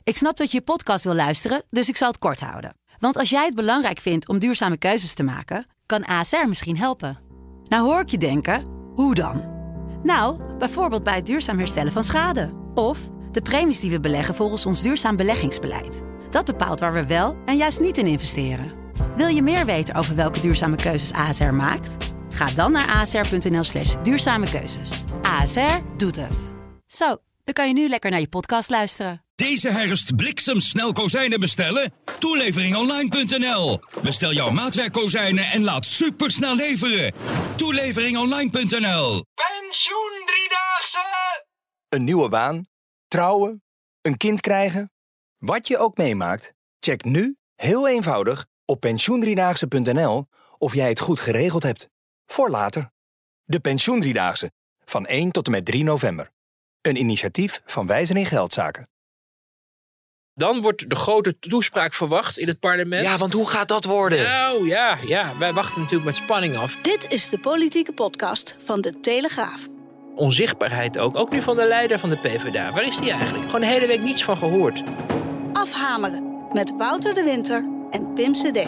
Ik snap dat je podcast wil luisteren, dus ik zal het kort houden. Want als jij het belangrijk vindt om duurzame keuzes te maken, kan ASR misschien helpen. Nou hoor ik je denken, hoe dan? Nou, bijvoorbeeld bij het duurzaam herstellen van schade. Of de premies die we beleggen volgens ons duurzaam beleggingsbeleid. Dat bepaalt waar we wel en juist niet in investeren. Wil je meer weten over welke duurzame keuzes ASR maakt? Ga dan naar asr.nl/duurzame keuzes. ASR doet het. Zo, dan kan je nu lekker naar je podcast luisteren. Deze herfst bliksemsnel kozijnen bestellen? Toeleveringonline.nl. Bestel jouw maatwerkkozijnen en laat supersnel leveren. Toeleveringonline.nl. Pensioen Driedaagse! Een nieuwe baan, trouwen, een kind krijgen. Wat je ook meemaakt, check nu, heel eenvoudig, op pensioendriedaagse.nl of jij het goed geregeld hebt. Voor later. De Pensioendriedaagse, van 1 tot en met 3 november. Een initiatief van Wijzen in Geldzaken. Dan wordt de grote toespraak verwacht in het parlement. Ja, want hoe gaat dat worden? Nou, ja. Wij wachten natuurlijk met spanning af. Dit is de politieke podcast van De Telegraaf. Onzichtbaarheid ook nu van de leider van de PvdA. Waar is die eigenlijk? Gewoon de hele week niets van gehoord. Afhameren met Wouter de Winter en Pim CD.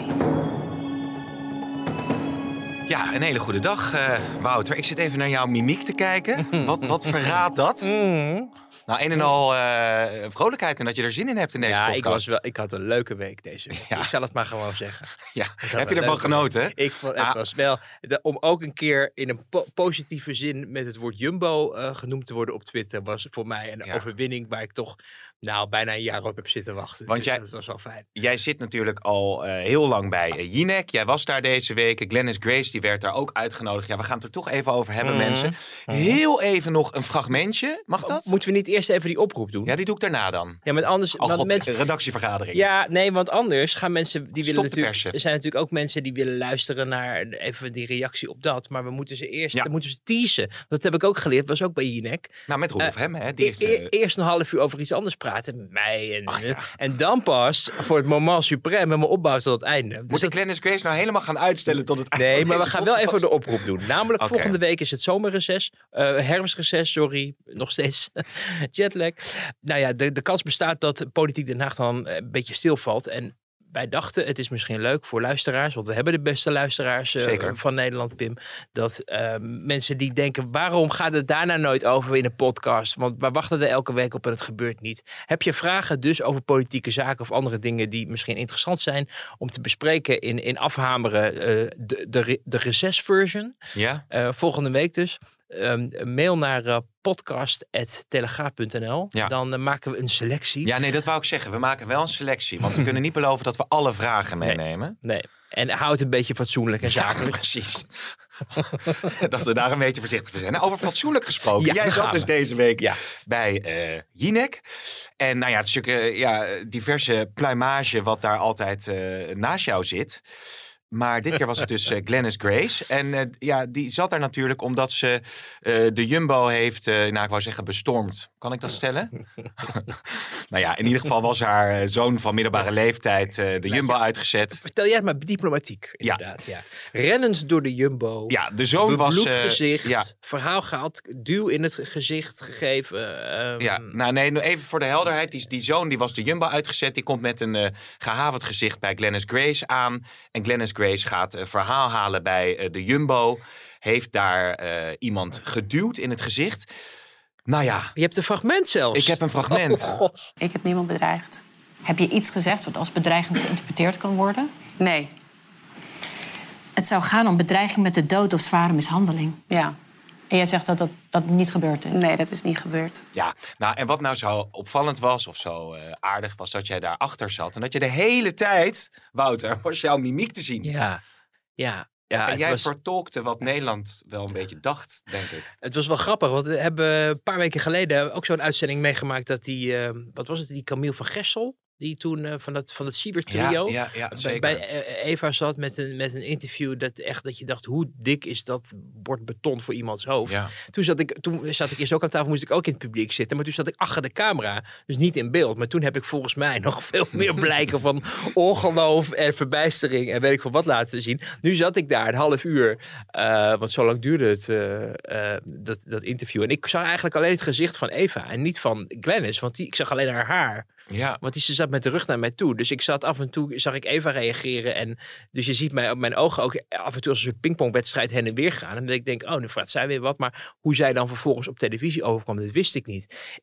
Ja, een hele goede dag, Wouter. Ik zit even naar jouw mimiek te kijken. Wat verraadt dat? Nou, een en al vrolijkheid en dat je er zin in hebt in deze podcast. Ik had een leuke week deze week. Ja. Ik zal het maar gewoon zeggen. Ja. Heb je ervan genoten? Het was wel... Om ook een keer in een positieve zin met het woord Jumbo genoemd te worden op Twitter was voor mij een overwinning waar ik toch bijna een jaar op heb zitten wachten. Want dus dat was wel fijn. Jij zit natuurlijk al heel lang bij Jinek. Jij was daar deze week. Glennis Grace die werd daar ook uitgenodigd. Ja, we gaan het er toch even over hebben, mensen. Heel even nog een fragmentje. Mag dat? Moeten we niet eerst even die oproep doen? Ja, die doe ik daarna dan. Ja, maar anders... mensen, redactievergadering. Ja, nee, want anders gaan mensen... die willen natuurlijk. Persen. Er zijn natuurlijk ook mensen die willen luisteren naar even die reactie op dat. Maar we moeten ze eerst... Dan moeten ze teasen. Dat heb ik ook geleerd. Was ook bij Jinek. Nou, met Rolf Hem, hè. Eerst een half uur over iets anders praten met mij. En dan pas voor het moment suprême met mijn opbouw tot het einde. Moet ik Glennis Grace nou helemaal gaan uitstellen tot het einde? Nee, maar we gaan wel even de oproep doen. Namelijk volgende week is het zomerreces. Herfstreces, sorry. Nog steeds jetlag. Nou ja, de kans bestaat dat Politiek Den Haag dan een beetje stilvalt. En wij dachten, het is misschien leuk voor luisteraars, want we hebben de beste luisteraars van Nederland, Pim. Dat mensen die denken, waarom gaat het daarna nooit over in een podcast? Want we wachten er elke week op en het gebeurt niet. Heb je vragen dus over politieke zaken of andere dingen die misschien interessant zijn om te bespreken in Afhameren, de recessversion? Ja. Volgende week dus. Mail naar podcast@telegraaf.nl. Ja. Dan maken we een selectie. Ja, nee, dat wou ik zeggen. We maken wel een selectie. Want we kunnen niet beloven dat we alle vragen meenemen. Nee. En houd het een beetje fatsoenlijk en zakelijk. Ja, precies. Dat we daar een beetje voorzichtig voor zijn. Nou, over fatsoenlijk gesproken. Jij zat dus deze week bij Jinek. En nou ja, het stukje diverse pluimage wat daar altijd naast jou zit. Maar dit keer was het dus Glennis Grace. En die zat daar natuurlijk omdat ze de Jumbo heeft, ik wou zeggen bestormd. Kan ik dat stellen? Nou ja, in ieder geval was haar zoon van middelbare leeftijd de Jumbo uitgezet. Vertel jij het maar diplomatiek, inderdaad. Ja. Rennend door de Jumbo. Ja, de zoon was... Bebloed gezicht, verhaal gehaald, duw in het gezicht gegeven. Even voor de helderheid. Die zoon die was de Jumbo uitgezet. Die komt met een gehavend gezicht bij Glennis Grace aan. En Glennis Grace gaat verhaal halen bij de Jumbo. Heeft daar iemand geduwd in het gezicht. Nou ja. Je hebt een fragment zelfs. Ik heb een fragment. Oh, God. Ik heb niemand bedreigd. Heb je iets gezegd wat als bedreigend geïnterpreteerd kan worden? Nee. Het zou gaan om bedreiging met de dood of zware mishandeling. Ja. En jij zegt dat niet gebeurd is? Nee, dat is niet gebeurd. Ja, en wat nou zo opvallend was of zo aardig was dat jij daarachter zat. En dat je de hele tijd, Wouter, was jouw mimiek te zien. Ja, en jij vertolkte wat Nederland wel een beetje dacht, denk ik. Het was wel grappig, want we hebben een paar weken geleden ook zo'n uitzending meegemaakt dat die Camille van Gessel, die toen van het Siebert trio zeker. bij Eva zat met een interview dat je dacht, hoe dik is dat bord beton voor iemands hoofd? Ja. Toen zat ik eerst ook aan tafel, moest ik ook in het publiek zitten, maar toen zat ik achter de camera, dus niet in beeld. Maar toen heb ik volgens mij nog veel meer blijken van ongeloof en verbijstering en weet ik veel wat laten zien. Nu zat ik daar een half uur, want zo lang duurde het dat interview. En ik zag eigenlijk alleen het gezicht van Eva en niet van Glennis, want ik zag alleen haar haar. Ja. Want ze zat met de rug naar mij toe. Dus ik zat af en toe, zag ik Eva reageren. En dus je ziet mij op mijn ogen ook af en toe als een soort pingpongwedstrijd heen en weer gaan. En ik denk, nu vraagt zij weer wat. Maar hoe zij dan vervolgens op televisie overkwam, dat wist ik niet.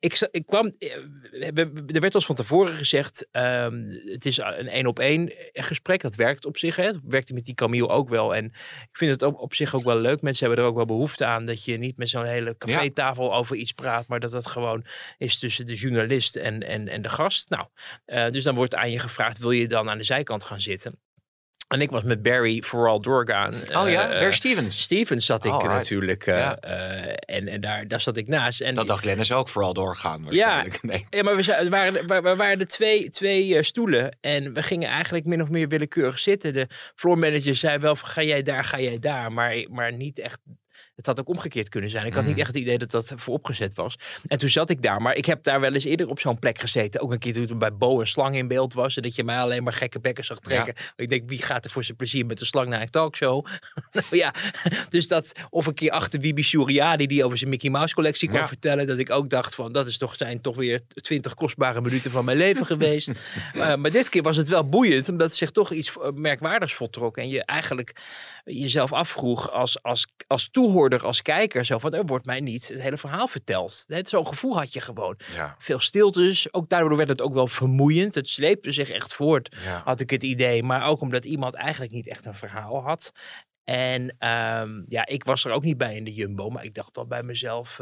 Er werd ons van tevoren gezegd, het is een 1-op-1 gesprek. Dat werkt op zich. Hè. Dat werkte met die Camille ook wel. En ik vind het ook op zich ook wel leuk. Mensen hebben er ook wel behoefte aan dat je niet met zo'n hele cafétafel over iets praat. Maar dat gewoon is tussen de journalist en de gast. Nou, dus dan wordt aan je gevraagd, wil je dan aan de zijkant gaan zitten? En ik was met Barry vooral doorgaan. Barry Stevens. Stevens zat ik natuurlijk. En daar zat ik naast. En dat dacht Glennis ook, vooral doorgaan waarschijnlijk. Ja, maar we waren er twee stoelen. En we gingen eigenlijk min of meer willekeurig zitten. De floor manager zei wel van, ga jij daar. Maar niet echt. Het had ook omgekeerd kunnen zijn. Ik had niet echt het idee dat dat vooropgezet was. En toen zat ik daar. Maar ik heb daar wel eens eerder op zo'n plek gezeten. Ook een keer toen er bij Bo een slang in beeld was. En dat je mij alleen maar gekke bekken zag trekken. Ja. Ik denk, wie gaat er voor zijn plezier met de slang naar een talkshow? Dus dat. Of een keer achter Bibi Shouriani die over zijn Mickey Mouse collectie kwam vertellen. Dat ik ook dacht van, zijn toch weer 20 kostbare minuten van mijn leven geweest. Maar dit keer was het wel boeiend. Omdat er zich toch iets merkwaardigs voltrok. En je eigenlijk jezelf afvroeg als toehoorder, als kijker, zo van, er wordt mij niet het hele verhaal verteld. Zo'n gevoel had je gewoon. Ja. Veel stiltes, ook daardoor werd het ook wel vermoeiend. Het sleepte zich echt voort, had ik het idee. Maar ook omdat iemand eigenlijk niet echt een verhaal had. En ik was er ook niet bij in de Jumbo, maar ik dacht wel bij mezelf,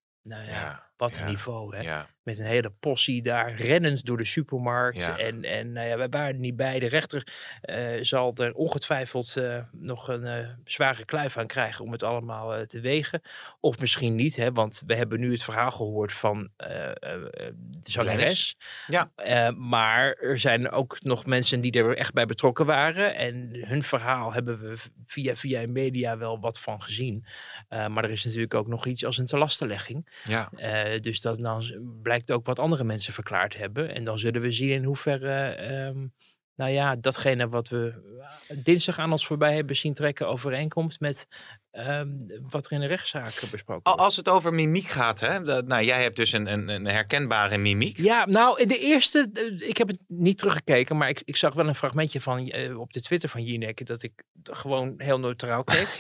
wat een niveau, hè. Ja. Met een hele possie daar, rennend door de supermarkt. Ja. En wij waren er niet bij. De rechter zal er ongetwijfeld nog een zware kluif aan krijgen om het allemaal te wegen. Of misschien niet, hè, want we hebben nu het verhaal gehoord van de zangeres. Ja. Maar er zijn ook nog mensen die er echt bij betrokken waren. En hun verhaal hebben we via media wel wat van gezien. Maar er is natuurlijk ook nog iets als een telastenlegging. Ja. Dus dan blijkt ook wat andere mensen verklaard hebben. En dan zullen we zien in hoeverre datgene wat we dinsdag aan ons voorbij hebben zien trekken overeenkomt met wat er in de rechtszaak besproken wordt. Als het over mimiek gaat, hè? Jij hebt dus een herkenbare mimiek. Ja, in de eerste, ik heb het niet teruggekeken, maar ik zag wel een fragmentje van op de Twitter van Jinek, dat ik gewoon heel neutraal keek.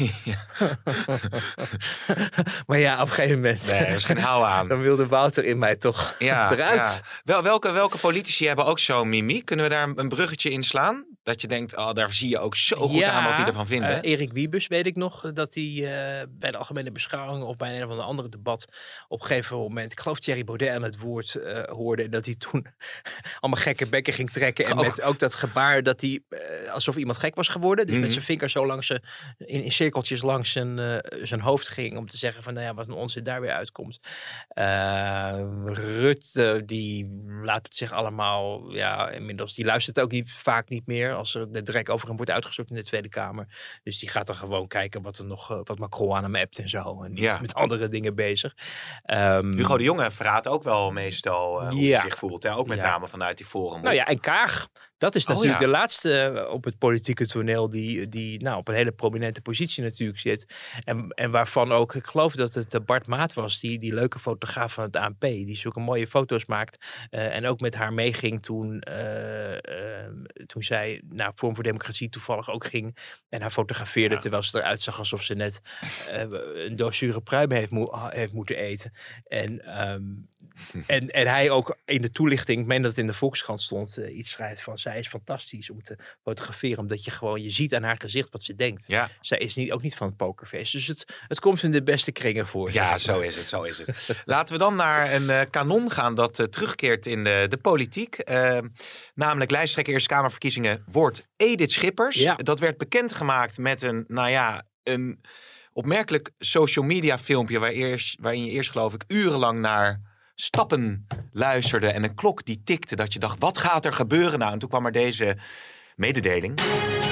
Maar ja, op een gegeven moment. Nee, er is geen hou aan. Dan wilde Wouter in mij toch eruit. Ja. Welke politici hebben ook zo'n mimiek? Kunnen we daar een bruggetje in slaan? Dat je denkt, daar zie je ook zo goed aan wat die ervan vinden. Erik Wiebes weet ik nog, dat hij bij de algemene beschouwing of bij een of andere debat op een gegeven moment, ik geloof Thierry Baudet aan het woord hoorde, en dat hij toen allemaal gekke bekken ging trekken. En met ook dat gebaar dat hij alsof iemand gek was geworden. Dus met zijn vinger zo langs in cirkeltjes langs zijn hoofd ging om te zeggen van, wat een onzin daar weer uitkomt. Rutte, die laat het zich allemaal, inmiddels, die luistert ook vaak niet meer als er de drek over hem wordt uitgezocht in de Tweede Kamer. Dus die gaat dan gewoon kijken wat Macron aan hem appt en zo. En met andere dingen bezig. Hugo de Jonge verraadt ook wel meestal hoe hij zich voelt. Hè? Ook met name vanuit die Forum. En Kaag. Dat is natuurlijk de laatste op het politieke toneel die op een hele prominente positie natuurlijk zit. En waarvan ook, ik geloof dat het Bart Maat was, die leuke fotograaf van het ANP. Die zulke mooie foto's maakt. En ook met haar meeging toen zij naar Forum voor Democratie toevallig ook ging. En haar fotografeerde terwijl ze eruit zag alsof ze net een doos zure pruimen heeft moeten eten. En hij ook in de toelichting, ik meen dat het in de Volkskrant stond, iets schrijft van, zij is fantastisch om te fotograferen, omdat je ziet aan haar gezicht wat ze denkt. Ja. Zij is ook niet van het pokerfeest. Dus het komt in de beste kringen voor. Ja, zo is het. Laten we dan naar een kanon gaan dat terugkeert in de politiek. Namelijk lijsttrekker Eerste Kamerverkiezingen wordt Edith Schippers. Ja. Dat werd bekendgemaakt met een opmerkelijk social media filmpje waarin je eerst geloof ik urenlang naar stappen luisterde en een klok die tikte, dat je dacht, wat gaat er gebeuren nou? En toen kwam er deze mededeling.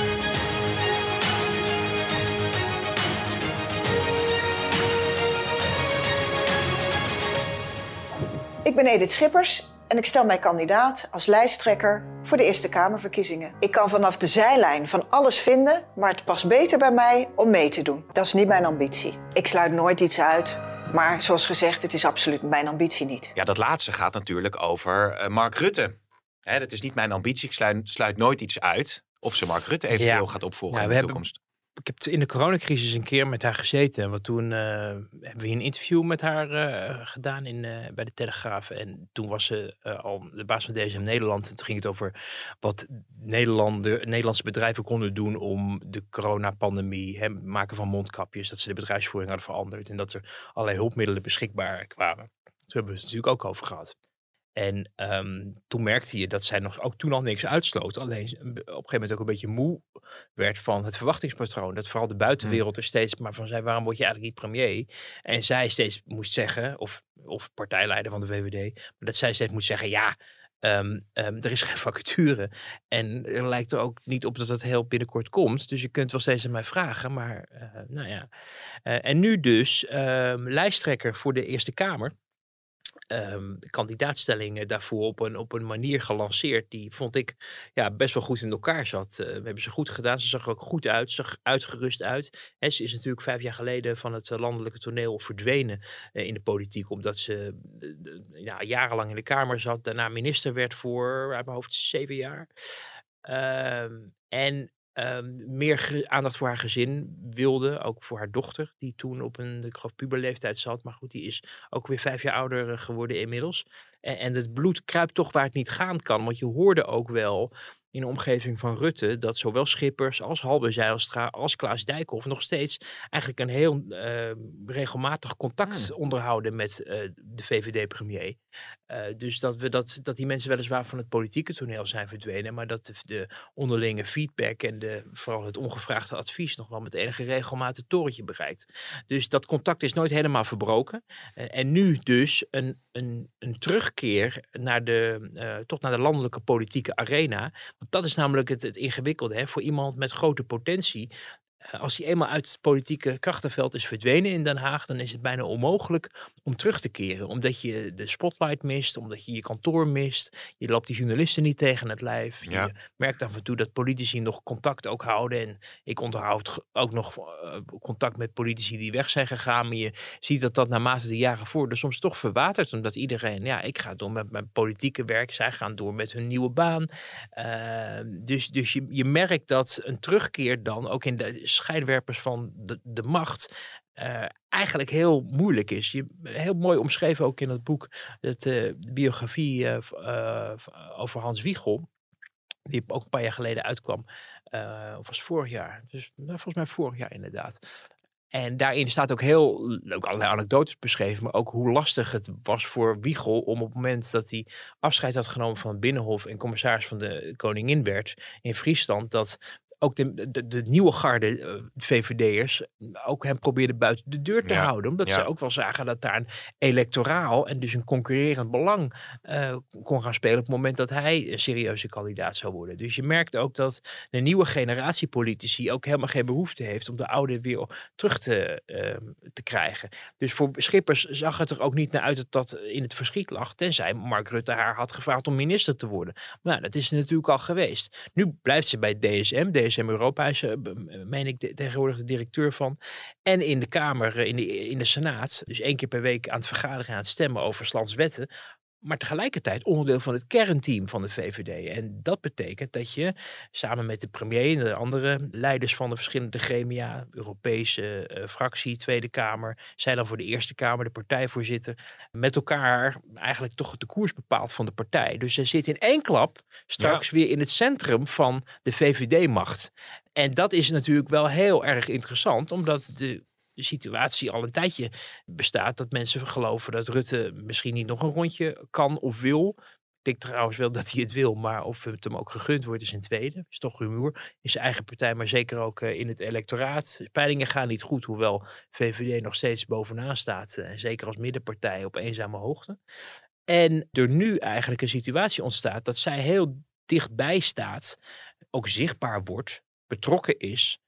Ik ben Edith Schippers en ik stel mij kandidaat als lijsttrekker voor de Eerste Kamerverkiezingen. Ik kan vanaf de zijlijn van alles vinden, maar het past beter bij mij om mee te doen. Dat is niet mijn ambitie. Ik sluit nooit iets uit. Maar zoals gezegd, het is absoluut mijn ambitie niet. Ja, dat laatste gaat natuurlijk over Mark Rutte. Dat is niet mijn ambitie. Ik sluit nooit iets uit. Of ze Mark Rutte eventueel gaat opvolgen in de toekomst. Ik heb in de coronacrisis een keer met haar gezeten. Want toen hebben we een interview met haar gedaan bij de Telegraaf. En toen was ze al de baas van DSM Nederland. En toen ging het over wat Nederlandse bedrijven konden doen om de coronapandemie, maken van mondkapjes, dat ze de bedrijfsvoering hadden veranderd. En dat er allerlei hulpmiddelen beschikbaar kwamen. Toen hebben we het natuurlijk ook over gehad. En toen merkte je dat zij ook toen al niks uitsloot. Alleen op een gegeven moment ook een beetje moe werd van het verwachtingspatroon. Dat vooral de buitenwereld er steeds maar van zei, waarom word je eigenlijk niet premier? En zij steeds moest zeggen, of partijleider van de VVD, maar dat zij steeds moest zeggen, er is geen vacature. En er lijkt er ook niet op dat het heel binnenkort komt. Dus je kunt wel steeds aan mij vragen. Maar en nu dus lijsttrekker voor de Eerste Kamer. De kandidaatstelling daarvoor op een manier gelanceerd die, vond ik, best wel goed in elkaar zat. We hebben ze goed gedaan. Ze zag er ook goed uit. Zag uitgerust uit. En ze is natuurlijk 5 jaar geleden van het landelijke toneel verdwenen in de politiek. Omdat ze jarenlang in de Kamer zat. Daarna minister werd voor, uit mijn hoofd, 7 jaar. Meer aandacht voor haar gezin wilde. Ook voor haar dochter, die toen op ik geloof, puberleeftijd zat. Maar goed, die is ook weer 5 jaar ouder geworden inmiddels. En het bloed kruipt toch waar het niet gaan kan. Want je hoorde ook wel in de omgeving van Rutte dat zowel Schippers als Halbe Zijlstra als Klaas Dijkhoff nog steeds eigenlijk een heel regelmatig contact onderhouden met de VVD-premier. Dus dat die mensen weliswaar van het politieke toneel zijn verdwenen, maar dat de onderlinge feedback en vooral het ongevraagde advies nog wel met enige regelmaat het torentje bereikt. Dus dat contact is nooit helemaal verbroken. En nu dus een terugkeer tot naar de landelijke politieke arena. Want dat is namelijk het ingewikkelde, hè? Voor iemand met grote potentie. Als hij eenmaal uit het politieke krachtenveld is verdwenen in Den Haag, dan is het bijna onmogelijk om terug te keren. Omdat je de spotlight mist, omdat je je kantoor mist. Je loopt die journalisten niet tegen het lijf. Ja. Je merkt af en toe dat politici nog contact ook houden. En ik onderhoud ook nog contact met politici die weg zijn gegaan. Maar je ziet dat naarmate de jaren voor soms toch verwatert. Omdat iedereen, ik ga door met mijn politieke werk. Zij gaan door met hun nieuwe baan. Dus je merkt dat een terugkeer dan ook in de schijnwerpers van de macht eigenlijk heel moeilijk is. Heel mooi omschreven ook in het boek, de biografie over Hans Wiegel, die ook een paar jaar geleden uitkwam. Of was vorig jaar? Dus volgens mij vorig jaar inderdaad. En daarin staat ook ook allerlei anekdotes beschreven, maar ook hoe lastig het was voor Wiegel om op het moment dat hij afscheid had genomen van het Binnenhof en commissaris van de Koningin werd in Friesland, dat ook de nieuwe garde VVD'ers ook hem probeerden buiten de deur te houden. Omdat ze ook wel zagen dat daar een electoraal en dus een concurrerend belang kon gaan spelen op het moment dat hij een serieuze kandidaat zou worden. Dus je merkt ook dat de nieuwe generatie politici ook helemaal geen behoefte heeft om de oude weer terug te krijgen. Dus voor Schippers zag het er ook niet naar uit dat in het verschiet lag, tenzij Mark Rutte haar had gevraagd om minister te worden. Maar dat is natuurlijk al geweest. Nu blijft ze bij DSM Europa is, meen ik, tegenwoordig de directeur van. En in de Kamer, in de Senaat. Dus 1 keer per week aan het vergaderen en aan het stemmen over 's lands wetten. Maar tegelijkertijd onderdeel van het kernteam van de VVD. En dat betekent dat je samen met de premier en de andere leiders van de verschillende gremia, Europese fractie, Tweede Kamer, zij dan voor de Eerste Kamer, de partijvoorzitter, met elkaar eigenlijk toch de koers bepaalt van de partij. Dus ze zit in 1 klap straks weer in het centrum van de VVD-macht. En dat is natuurlijk wel heel erg interessant, omdat de situatie al een tijdje bestaat dat mensen geloven dat Rutte misschien niet nog een rondje kan of wil. Ik denk trouwens wel dat hij het wil, maar of het hem ook gegund wordt is een tweede. Is toch rumoer in zijn eigen partij, maar zeker ook in het electoraat. Peilingen gaan niet goed, hoewel VVD nog steeds bovenaan staat. Zeker als middenpartij op eenzame hoogte. En er nu eigenlijk een situatie ontstaat dat zij heel dichtbij staat, ook zichtbaar wordt, betrokken is.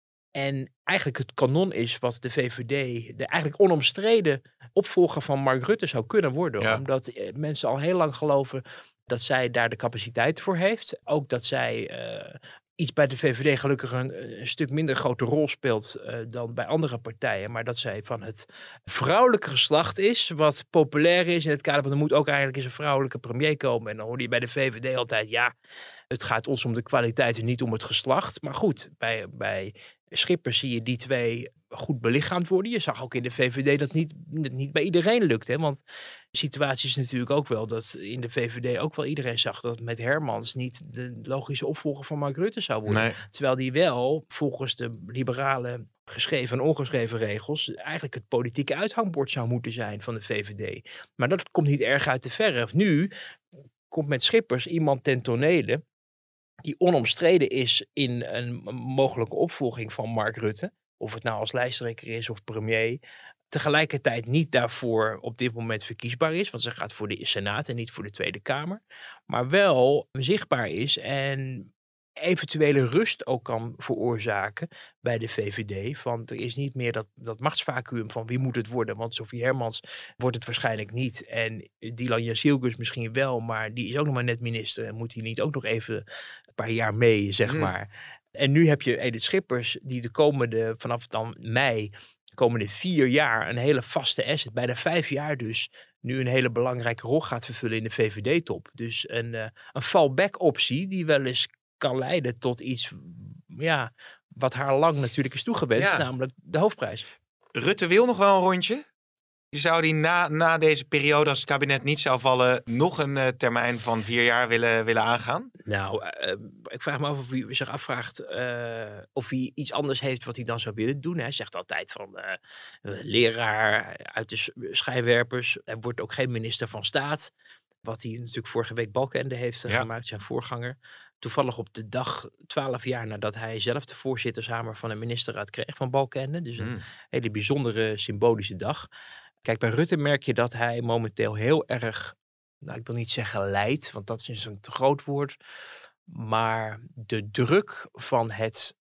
En eigenlijk het kanon is wat de VVD, de eigenlijk onomstreden opvolger van Mark Rutte zou kunnen worden. Ja. Omdat mensen al heel lang geloven dat zij daar de capaciteit voor heeft. Ook dat zij iets bij de VVD gelukkig een stuk minder grote rol speelt dan bij andere partijen. Maar dat zij van het vrouwelijke geslacht is, wat populair is in het kader van er moet ook eigenlijk eens een vrouwelijke premier komen. En dan hoor je bij de VVD altijd, ja, het gaat ons om de kwaliteit en niet om het geslacht. Maar goed, bij Schippers zie je die twee goed belichaamd worden. Je zag ook in de VVD dat niet bij iedereen lukt. Hè? Want de situatie is natuurlijk ook wel dat in de VVD ook wel iedereen zag dat met Hermans niet de logische opvolger van Mark Rutte zou worden. Nee. Terwijl die wel volgens de liberale geschreven en ongeschreven regels eigenlijk het politieke uithangbord zou moeten zijn van de VVD. Maar dat komt niet erg uit de verf. Nu komt met Schippers iemand ten tonele die onomstreden is in een mogelijke opvolging van Mark Rutte. Of het nou als lijsttrekker is of premier. Tegelijkertijd niet daarvoor op dit moment verkiesbaar is. Want ze gaat voor de Senaat en niet voor de Tweede Kamer. Maar wel zichtbaar is en eventuele rust ook kan veroorzaken bij de VVD. Want er is niet meer dat machtsvacuum van wie moet het worden. Want Sophie Hermans wordt het waarschijnlijk niet. En Dylan Jasilgus misschien wel. Maar die is ook nog maar net minister. En moet hij niet ook nog even een paar jaar mee, zeg maar. En nu heb je Edith Schippers die vanaf dan mei, de komende 4 jaar een hele vaste asset, bijna 5 jaar dus, nu een hele belangrijke rol gaat vervullen in de VVD-top. Dus een fallback optie die wel eens kan leiden tot iets wat haar lang natuurlijk is toegewenst, namelijk de hoofdprijs. Rutte wil nog wel een rondje. Zou die na deze periode, als het kabinet niet zou vallen, nog een termijn van 4 jaar willen aangaan? Nou, ik vraag me af of hij zich afvraagt of hij iets anders heeft wat hij dan zou willen doen. Hij zegt altijd van leraar uit de schijnwerpers. Hij wordt ook geen minister van Staat. Wat hij natuurlijk vorige week Balkenende heeft gemaakt, zijn voorganger. Toevallig op de dag 12 jaar nadat hij zelf de voorzittershamer van een ministerraad kreeg van Balkenende. Dus een hele bijzondere symbolische dag. Kijk, bij Rutte merk je dat hij momenteel heel erg, ik wil niet zeggen lijdt, want dat is een te groot woord. Maar de druk van het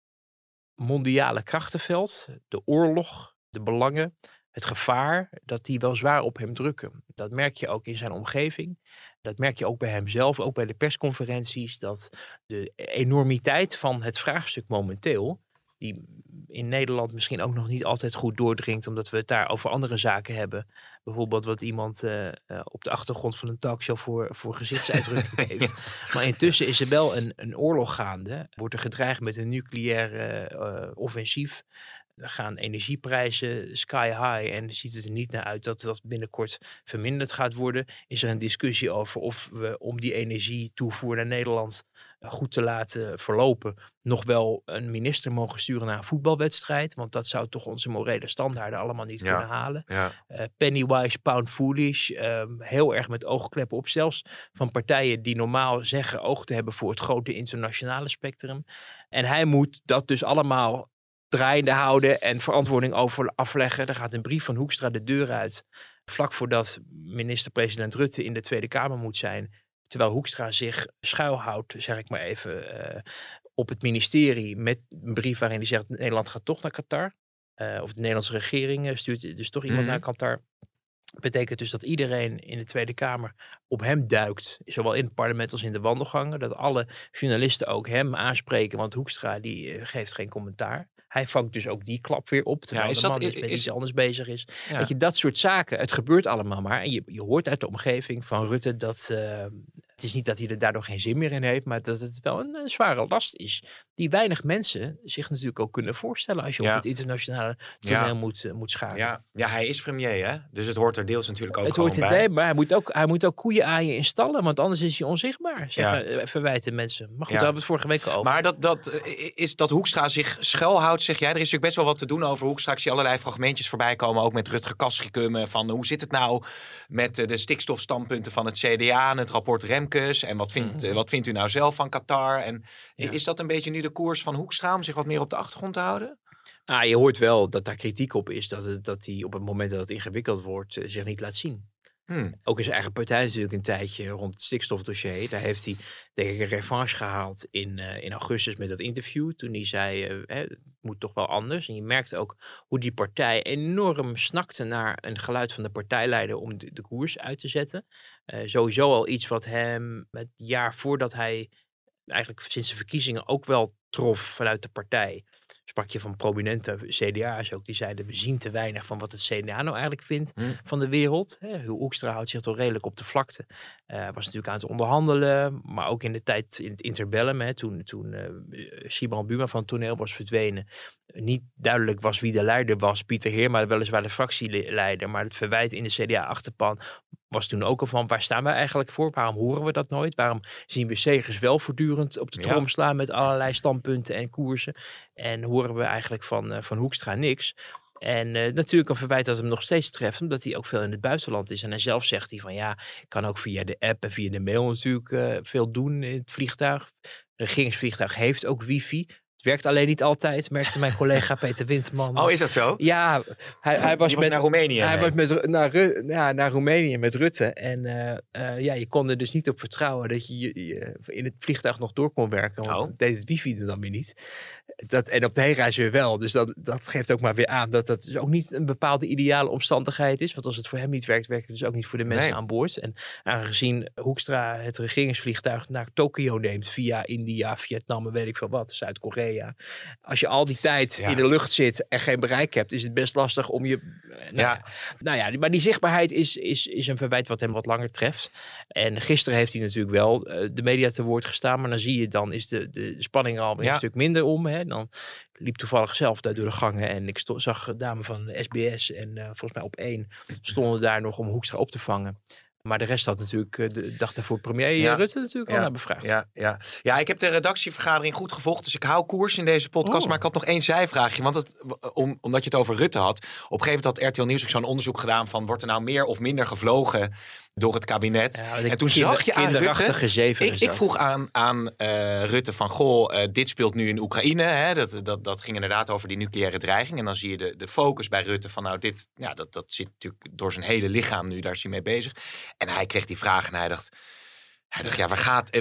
mondiale krachtenveld, de oorlog, de belangen, het gevaar, dat die wel zwaar op hem drukken. Dat merk je ook in zijn omgeving. Dat merk je ook bij hemzelf, ook bij de persconferenties. Dat de enormiteit van het vraagstuk momenteel, die in Nederland misschien ook nog niet altijd goed doordringt, omdat we het daar over andere zaken hebben. Bijvoorbeeld wat iemand op de achtergrond van een talkshow voor gezichtsuitdrukking heeft. Maar intussen is er wel een oorlog gaande. Wordt er gedreigd met een nucleair offensief. Er gaan energieprijzen sky high en ziet het er niet naar uit dat dat binnenkort verminderd gaat worden. Is er een discussie over of we om die energietoevoer naar Nederland goed te laten verlopen nog wel een minister mogen sturen naar een voetbalwedstrijd. Want dat zou toch onze morele standaarden allemaal niet kunnen halen. Ja. Pennywise, pound foolish. Heel erg met oogkleppen op. Zelfs van partijen die normaal zeggen oog te hebben voor het grote internationale spectrum. En hij moet dat dus allemaal draaiende houden en verantwoording over afleggen. Er gaat een brief van Hoekstra de deur uit, vlak voordat minister-president Rutte in de Tweede Kamer moet zijn. Terwijl Hoekstra zich schuilhoudt, zeg ik maar even, op het ministerie met een brief waarin hij zegt Nederland gaat toch naar Qatar. Of de Nederlandse regering stuurt dus toch iemand naar Qatar. Betekent dus dat iedereen in de Tweede Kamer op hem duikt, zowel in het parlement als in de wandelgangen. Dat alle journalisten ook hem aanspreken, want Hoekstra die geeft geen commentaar. Hij vangt dus ook die klap weer op, terwijl de man met iets anders bezig is. Ja. Weet je, dat soort zaken, het gebeurt allemaal maar. En je hoort uit de omgeving van Rutte dat het is niet dat hij er daardoor geen zin meer in heeft, maar dat het wel een zware last is. Die weinig mensen zich natuurlijk ook kunnen voorstellen als je op het internationale toneel moet schakelen. Ja, hij is premier, hè? Dus het hoort er deels natuurlijk ook het gewoon hoort bij. Maar hij moet ook koeien aaien in stallen, want anders is hij onzichtbaar. Verwijten mensen. Maar goed, daar hebben we het vorige week over. Maar dat Hoekstra zich schuilhoudt, zeg jij. Er is natuurlijk best wel wat te doen over Hoekstra. Ik zie allerlei fragmentjes voorbij komen, ook met Rutger Kastricum, van hoe zit het nou met de stikstofstandpunten van het CDA en het rapport Remkes en wat vindt u nou zelf van Qatar? En is dat een beetje nu de koers van Hoekstra om zich wat meer op de achtergrond te houden? Je hoort wel dat daar kritiek op is, dat hij op het moment dat het ingewikkeld wordt zich niet laat zien. Ook in zijn eigen partij natuurlijk een tijdje rond het stikstofdossier. Daar heeft hij denk ik een revanche gehaald in augustus met dat interview. Toen hij zei, het moet toch wel anders. En je merkte ook hoe die partij enorm snakte naar een geluid van de partijleider om de koers uit te zetten. Sowieso al iets wat hem het jaar voordat hij eigenlijk sinds de verkiezingen ook wel trof vanuit de partij. Sprak je van prominente CDA's ook. Die zeiden, we zien te weinig van wat het CDA nou eigenlijk vindt van de wereld. Hoekstra houdt zich toch redelijk op de vlakte. Was natuurlijk aan het onderhandelen. Maar ook in de tijd in het interbellum. Toen Sibrand Buma van het toneel was verdwenen. Niet duidelijk was wie de leider was. Pieter Heerma, weliswaar de fractieleider. Maar het verwijt in de CDA-achterpan was toen ook al van, waar staan wij eigenlijk voor? Waarom horen we dat nooit? Waarom zien we Segers wel voortdurend op de trom slaan met allerlei standpunten en koersen? En horen we eigenlijk van Hoekstra niks? En natuurlijk een verwijt dat hem nog steeds treft, omdat hij ook veel in het buitenland is. En hij zelf zegt hij van, ik kan ook via de app en via de mail natuurlijk veel doen in het vliegtuig. Het regeringsvliegtuig heeft ook wifi. Het werkt alleen niet altijd, merkte mijn collega Peter Winterman. Oh, is dat zo? Ja, hij was naar Roemenië. Hij was naar Roemenië met Rutte. En je kon er dus niet op vertrouwen dat je in het vliegtuig nog door kon werken. Want deed het wifi er dan weer niet. En op de heenreis weer wel. Dus dat geeft ook maar weer aan dat dus ook niet een bepaalde ideale omstandigheid is. Want als het voor hem niet werkt, werkt het dus ook niet voor de mensen aan boord. En aangezien Hoekstra het regeringsvliegtuig naar Tokio neemt via India, Vietnam en weet ik veel wat, Zuid-Korea. Als je al die tijd in de lucht zit en geen bereik hebt, is het best lastig om je... Maar die zichtbaarheid is een verwijt wat hem wat langer treft. En gisteren heeft hij natuurlijk wel de media te woord gestaan, maar dan zie je, dan is de spanning al een stuk minder om. Hè? Dan liep toevallig zelf daar door de gangen en ik zag dame van SBS en volgens mij op 1 stonden daar nog om Hoekstra op te vangen. Maar de rest had natuurlijk de dag daarvoor premier Rutte natuurlijk al naar bevraagd. Ja, ik heb de redactievergadering goed gevolgd. Dus ik hou koers in deze podcast. Maar ik had nog 1 zijvraagje. Want omdat je het over Rutte had. Op een gegeven moment had RTL Nieuws ook zo'n onderzoek gedaan van, wordt er nou meer of minder gevlogen door het kabinet? En toen zag je aan Rutte... Ik vroeg aan Rutte van, dit speelt nu in Oekraïne. Hè? Dat ging inderdaad over die nucleaire dreiging. En dan zie je de focus bij Rutte van, dat zit natuurlijk door zijn hele lichaam nu. Daar is hij mee bezig. En hij kreeg die vraag en hij dacht, waar gaat...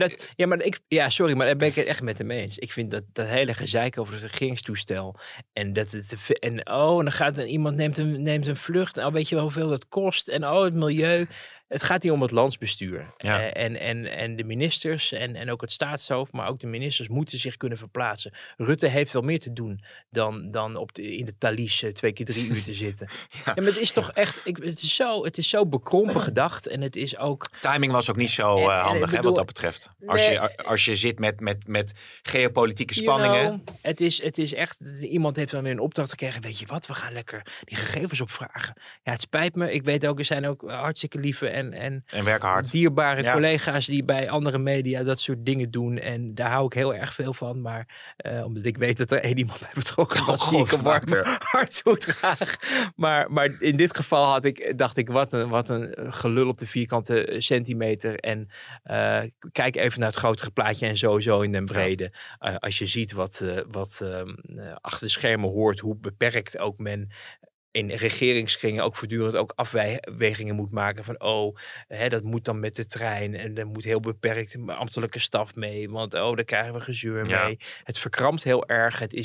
Sorry, maar daar ben ik het echt met hem eens. Ik vind dat hele gezeik over het regeringstoestel. En dan gaat iemand neemt een vlucht. En weet je wel hoeveel dat kost? En het milieu. Het gaat niet om het landsbestuur. Ja. En de ministers en ook het staatshoofd, maar ook de ministers moeten zich kunnen verplaatsen. Rutte heeft wel meer te doen dan in de Thalys 2 keer 3 uur te zitten. Maar het is toch echt, het is zo bekrompen gedacht en het is ook... Timing was ook niet zo handig wat dat betreft. Als je zit met geopolitieke spanningen. Het is echt, iemand heeft dan weer een opdracht gekregen. Weet je wat, we gaan lekker die gegevens opvragen. Ja, het spijt me. Ik weet ook, er zijn ook hartstikke lieve en werken hard. Dierbare collega's die bij andere media dat soort dingen doen. En daar hou ik heel erg veel van. Maar omdat ik weet dat er 1 iemand bij betrokken was, zie ik een warm hart zo graag. Maar in dit geval dacht ik, wat een gelul op de vierkante centimeter. En kijk even naar het grotere plaatje en sowieso in den brede. Als je ziet wat achter de schermen hoort, hoe beperkt ook men in regeringskringen ook voortdurend ook afwegingen moet maken van dat moet dan met de trein en er moet heel beperkt ambtelijke staf mee, want daar krijgen we gezeur mee. Het verkrampt heel erg. Het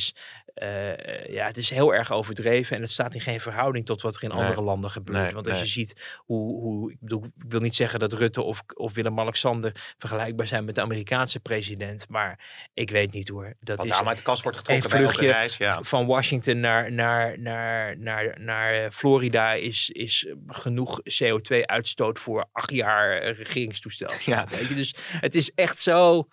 is heel erg overdreven en het staat in geen verhouding tot wat er in andere landen gebeurt. Want als je ziet ik wil niet zeggen dat Rutte of Willem-Alexander vergelijkbaar zijn met de Amerikaanse president, maar ik weet niet hoor. Dat is uit de kast wordt getrokken bij elke reis. Van Washington naar Florida is genoeg CO2-uitstoot voor 8 jaar regeringstoestel. Ja. Weet je? Dus het is echt zo...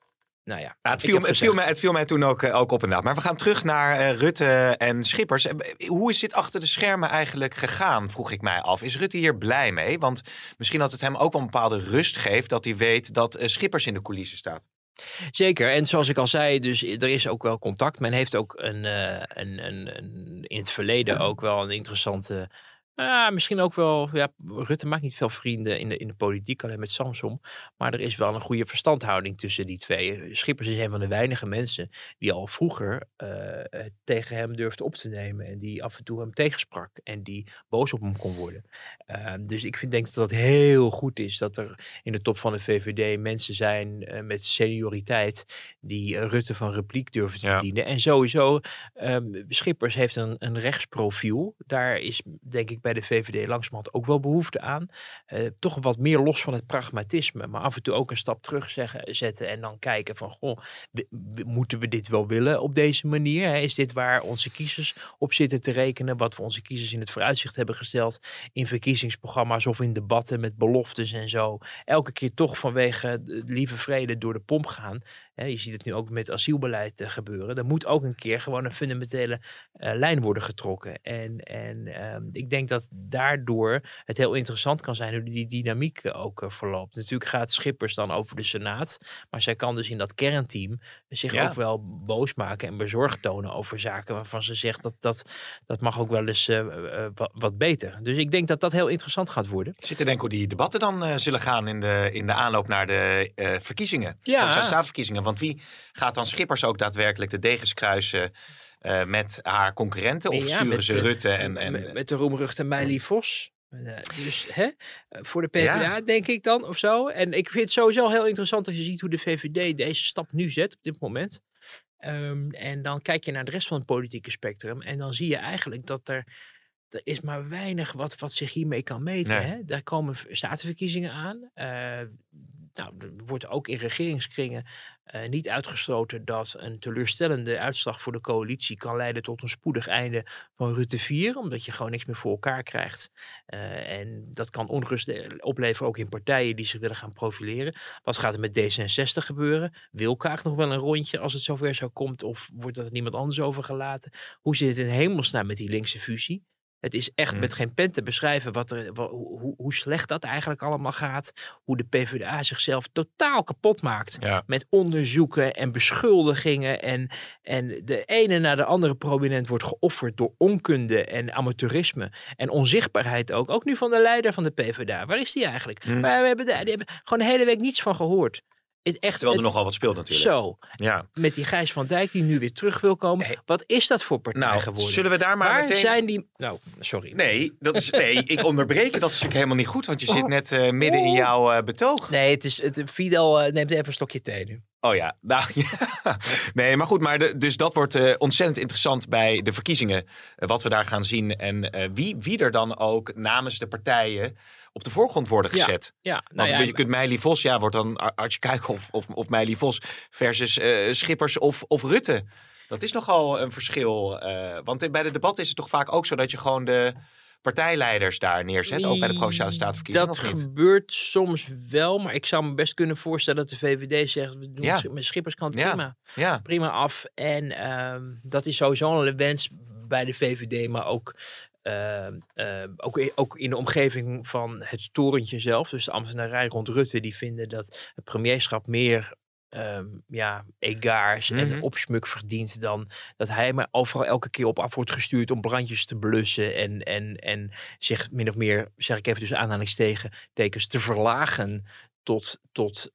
Het viel mij toen ook op inderdaad. Maar we gaan terug naar Rutte en Schippers. Hoe is dit achter de schermen eigenlijk gegaan, vroeg ik mij af. Is Rutte hier blij mee? Want misschien dat het hem ook wel een bepaalde rust geeft dat hij weet dat Schippers in de coulissen staat. Zeker, en zoals ik al zei, dus er is ook wel contact. Men heeft ook in het verleden ook wel een interessante... misschien ook wel, Rutte maakt niet veel vrienden in de politiek, alleen met Samson. Maar er is wel een goede verstandhouding tussen die twee. Schippers is een van de weinige mensen die al vroeger tegen hem durfde op te nemen. En die af en toe hem tegensprak. En die boos op hem kon worden. Dus ik denk dat het heel goed is dat er in de top van de VVD mensen zijn met senioriteit die Rutte van repliek durven te dienen. En sowieso, Schippers heeft een rechtsprofiel. Daar is denk ik bij bij de VVD langzamerhand ook wel behoefte aan. Toch wat meer los van het pragmatisme, maar af en toe ook een stap terug zetten en dan kijken van, moeten we dit wel willen op deze manier? Is dit waar onze kiezers op zitten te rekenen? Wat we onze kiezers in het vooruitzicht hebben gesteld in verkiezingsprogramma's of in debatten met beloftes en zo. Elke keer toch vanwege de lieve vrede door de pomp gaan. Je ziet het nu ook met asielbeleid gebeuren. Er moet ook een keer gewoon een fundamentele lijn worden getrokken. En ik denk dat daardoor het heel interessant kan zijn hoe die dynamiek ook verloopt. Natuurlijk gaat Schippers dan over de Senaat. Maar zij kan dus in dat kernteam zich ook wel boos maken en bezorgd tonen over zaken waarvan ze zegt dat mag ook wel eens wat beter. Dus ik denk dat dat heel interessant gaat worden. Ik zit te denken hoe die debatten dan zullen gaan in de aanloop naar de verkiezingen. Ja. Staatsverkiezingen. Want wie gaat dan Schippers ook daadwerkelijk de degens kruisen met haar concurrenten? Of sturen ze Rutte en met de roemruchte Meili Vos? Dus voor de PvdA denk ik dan of zo. En ik vind het sowieso heel interessant als je ziet hoe de VVD deze stap nu zet op dit moment. En dan kijk je naar de rest van het politieke spectrum. En dan zie je eigenlijk dat er is maar weinig wat zich hiermee kan meten. Nee. Hè? Daar komen staatsverkiezingen aan. Er wordt ook in regeringskringen niet uitgesloten dat een teleurstellende uitslag voor de coalitie kan leiden tot een spoedig einde van Rutte 4, omdat je gewoon niks meer voor elkaar krijgt. En dat kan onrust opleveren ook in partijen die zich willen gaan profileren. Wat gaat er met D66 gebeuren? Wil Kaag nog wel een rondje als het zover zou komt, of wordt dat er niemand anders overgelaten? Hoe zit het in hemelsnaam met die linkse fusie? Het is echt met geen pen te beschrijven hoe slecht dat eigenlijk allemaal gaat. Hoe de PvdA zichzelf totaal kapot maakt. Ja. Met onderzoeken en beschuldigingen. En de ene na de andere prominent wordt geofferd door onkunde en amateurisme. En onzichtbaarheid ook. Ook nu van de leider van de PvdA. Waar is die eigenlijk? Maar die hebben gewoon de hele week niets van gehoord. Terwijl er nogal wat speelt natuurlijk. Zo, met die Gijs van Dijk die nu weer terug wil komen. Wat is dat voor partij geworden? Zullen we daar maar Waar meteen... zijn die... Nou, sorry. Nee, ik onderbreek je. Dat is natuurlijk helemaal niet goed, want je zit net midden in jouw betoog. Nee, Fidel neemt even een slokje thee nu. Oh ja, nee, maar goed, dus dat wordt ontzettend interessant bij de verkiezingen. Wat we daar gaan zien en wie er dan ook namens de partijen op de voorgrond worden gezet. Want je kunt Meili Vos, wordt dan Artje Kuiken of Meili Vos versus Schippers of Rutte. Dat is nogal een verschil. Want bij de debatten is het toch vaak ook zo dat je gewoon de partijleiders daar neerzet, ook bij de Provinciale Statenverkiezingen. Dat gebeurt soms wel, maar ik zou me best kunnen voorstellen dat de VVD zegt, we doen met Schippers kan het prima af. En dat is sowieso een wens bij de VVD, maar ook in de omgeving van het torentje zelf, dus de ambtenarij rond Rutte, die vinden dat het premierschap meer egaars en opsmuk verdient dan dat hij maar overal elke keer op af wordt gestuurd om brandjes te blussen en zich min of meer, zeg ik even tussen aanhalingstekens, te verlagen tot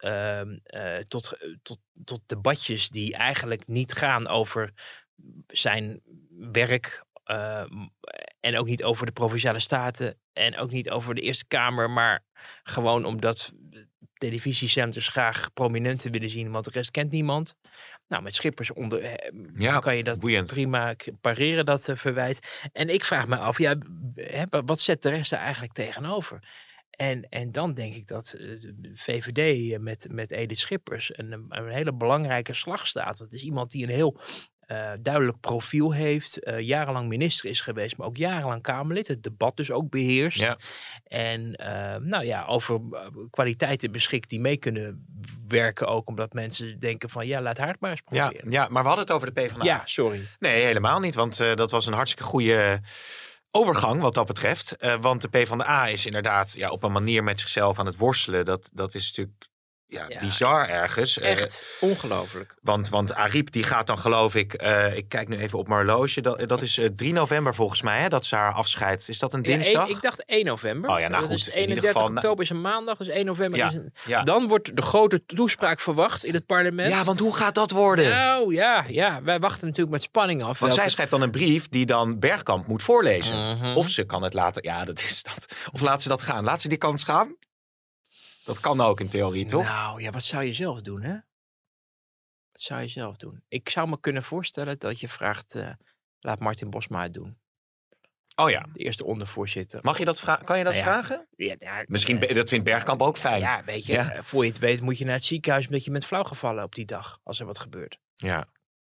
debatjes die eigenlijk niet gaan over zijn werk en ook niet over de Provinciale Staten en ook niet over de Eerste Kamer, maar gewoon omdat televisiezenders graag prominenten willen zien, want de rest kent niemand. Nou, met Schippers kan je dat prima pareren, dat verwijt. En ik vraag me af, wat zet de rest er eigenlijk tegenover? En dan denk ik dat de VVD met Edith Schippers een hele belangrijke slag staat. Dat is iemand die een heel duidelijk profiel heeft, jarenlang minister is geweest, maar ook jarenlang Kamerlid, het debat dus ook beheerst. Ja. En over kwaliteiten beschikt die mee kunnen werken ook, omdat mensen denken van, laat haar het maar eens proberen. Ja, maar we hadden het over de PvdA. Ja, sorry. Nee, helemaal niet, want dat was een hartstikke goede overgang wat dat betreft. Want de PvdA is inderdaad op een manier met zichzelf aan het worstelen. Dat is natuurlijk bizar ergens. Echt ongelooflijk. Want Ariep die gaat dan, geloof ik, ik kijk nu even op mijn horloge, dat is 3 november volgens mij, hè, dat ze haar afscheidt. Is dat een dinsdag? Ik dacht 1 november. Oh ja, nou goed. Dus 31 oktober is een maandag, dus 1 november is een... Dan wordt de grote toespraak verwacht in het parlement. Ja, want hoe gaat dat worden? Nou ja, wij wachten natuurlijk met spanning af. Want zij schrijft dan een brief die dan Bergkamp moet voorlezen. Of ze kan het laten, dat is dat. Of laat ze dat gaan. Laat ze die kans gaan. Dat kan ook in theorie, toch? Nou, wat zou je zelf doen, hè? Wat zou je zelf doen? Ik zou me kunnen voorstellen dat je vraagt, laat Martin Bosma het doen. Oh ja. De eerste ondervoorzitter. Mag je dat kan je dat vragen? Ja, misschien, dat vindt Bergkamp ook fijn. Ja, weet je, voor je het weet moet je naar het ziekenhuis omdat je bent flauwgevallen op die dag. Als er wat gebeurt. Ja.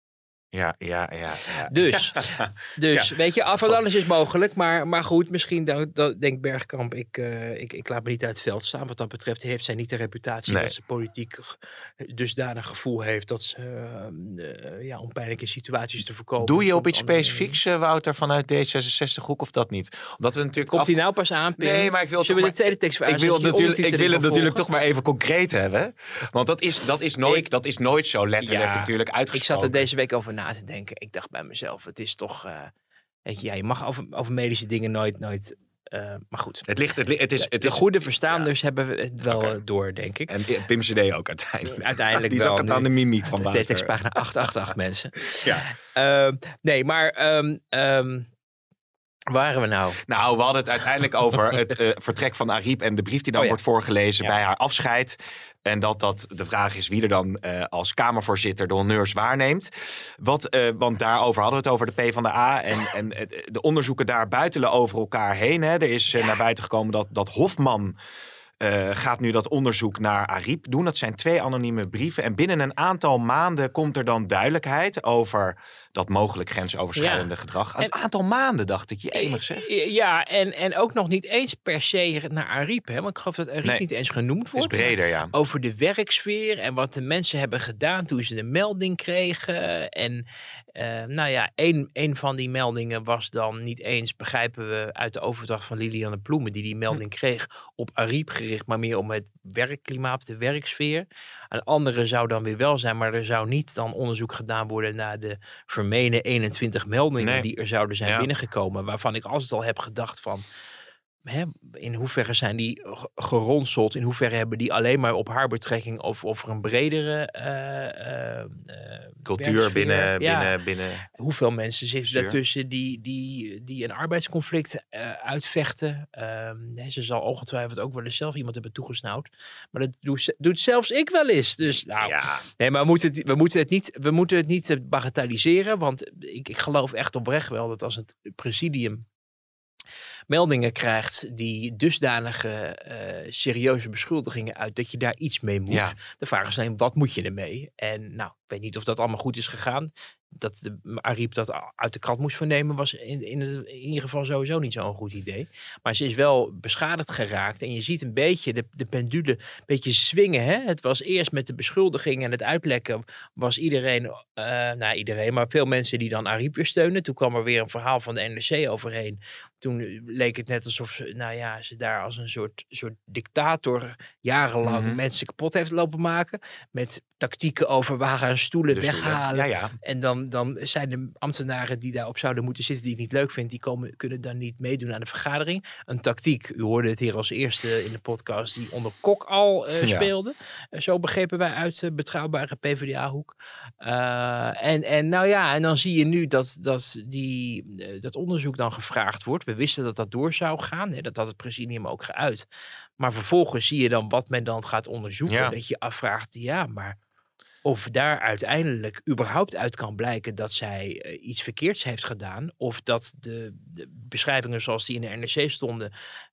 Dus weet je, van alles is mogelijk. Maar goed, misschien denkt Bergkamp, ik laat me niet uit het veld staan. Wat dat betreft heeft zij niet de reputatie dat ze politiek dusdanig gevoel heeft dat ze om pijnlijke situaties te voorkomen. Doe je op iets specifieks, Wouter, vanuit D66-hoek of dat niet? Omdat we natuurlijk Komt hij nou pas aan, Pim? Nee, maar ik wil Zullen we de tweede tekst ik wil het natuurlijk toch maar even concreet hebben. Want dat is nooit zo letterlijk natuurlijk uitgesproken. Ik zat er deze week over na te denken. Ik dacht bij mezelf, het is toch... weet je, je mag over medische dingen nooit maar goed. Het is de goede verstaanders hebben het wel door, denk ik. En Pim CD ook uiteindelijk. Uiteindelijk die wel. zag het aan de mimiek van Wouter. Tekstpagina 888 mensen. Ja. Nee, maar... waar waren we nou? Nou, we hadden het uiteindelijk over het vertrek van Ariep en de brief die dan wordt voorgelezen bij haar afscheid. En dat de vraag is wie er dan als Kamervoorzitter de honneurs waarneemt. Want daarover hadden we het over de PvdA. En de onderzoeken daar buitelen over elkaar heen. Hè. Er is naar buiten gekomen dat Hofman... gaat nu dat onderzoek naar Ariep doen. Dat zijn 2 anonieme brieven. En binnen een aantal maanden komt er dan duidelijkheid over dat mogelijk grensoverschrijdende gedrag. Een aantal maanden, dacht ik. Je enig zeg. Ja, en ook nog niet eens per se naar Ariep. Hè? Want ik geloof dat Ariep niet eens genoemd wordt. Het is breder, ja. Over de werksfeer en wat de mensen hebben gedaan toen ze de melding kregen. En een van die meldingen was dan niet eens, begrijpen we uit de overdracht van Lilianne Ploemen, die melding kreeg op Ariep gericht, maar meer om het werkklimaat, de werksfeer. Een andere zou dan weer wel zijn, maar er zou niet dan onderzoek gedaan worden naar de vermenen 21 meldingen die er zouden zijn binnengekomen, waarvan ik altijd al heb gedacht van, in hoeverre zijn die geronseld? In hoeverre hebben die alleen maar op haar betrekking of over een bredere cultuur binnen? Hoeveel mensen zitten daartussen die een arbeidsconflict uitvechten? Ze zal ongetwijfeld ook wel eens zelf iemand hebben toegesnauwd. Maar dat doet zelfs ik wel eens. Dus nee, maar we moeten het niet bagatelliseren. Want ik geloof echt oprecht wel dat als het presidium meldingen krijgt die dusdanige serieuze beschuldigingen uit dat je daar iets mee moet. Ja. De vraag is alleen, wat moet je ermee? En ik weet niet of dat allemaal goed is gegaan. Dat Ariep dat uit de krant moest vernemen was in ieder geval sowieso niet zo'n goed idee. Maar ze is wel beschadigd geraakt en je ziet een beetje de pendule een beetje swingen. Hè? Het was eerst met de beschuldiging en het uitlekken was iedereen, maar veel mensen die dan Ariep weer steunen. Toen kwam er weer een verhaal van de NRC overheen. Toen leek het net alsof ze daar als een soort dictator jarenlang mensen kapot heeft lopen maken. Met tactieken over waar gaan stoelen weghalen. Ja. En dan zijn de ambtenaren die daarop zouden moeten zitten, die het niet leuk vindt, die kunnen dan niet meedoen aan de vergadering. Een tactiek, u hoorde het hier als eerste in de podcast, die onder Kok al speelde. Zo begrepen wij uit betrouwbare PvdA-hoek. En dan zie je nu dat onderzoek dan gevraagd wordt. We wisten dat dat door zou gaan. Hè? Dat had het presidium ook geuit. Maar vervolgens zie je dan wat men dan gaat onderzoeken. Ja. Dat je afvraagt, maar of daar uiteindelijk überhaupt uit kan blijken dat zij iets verkeerds heeft gedaan. Of dat de beschrijvingen zoals die in de NRC stonden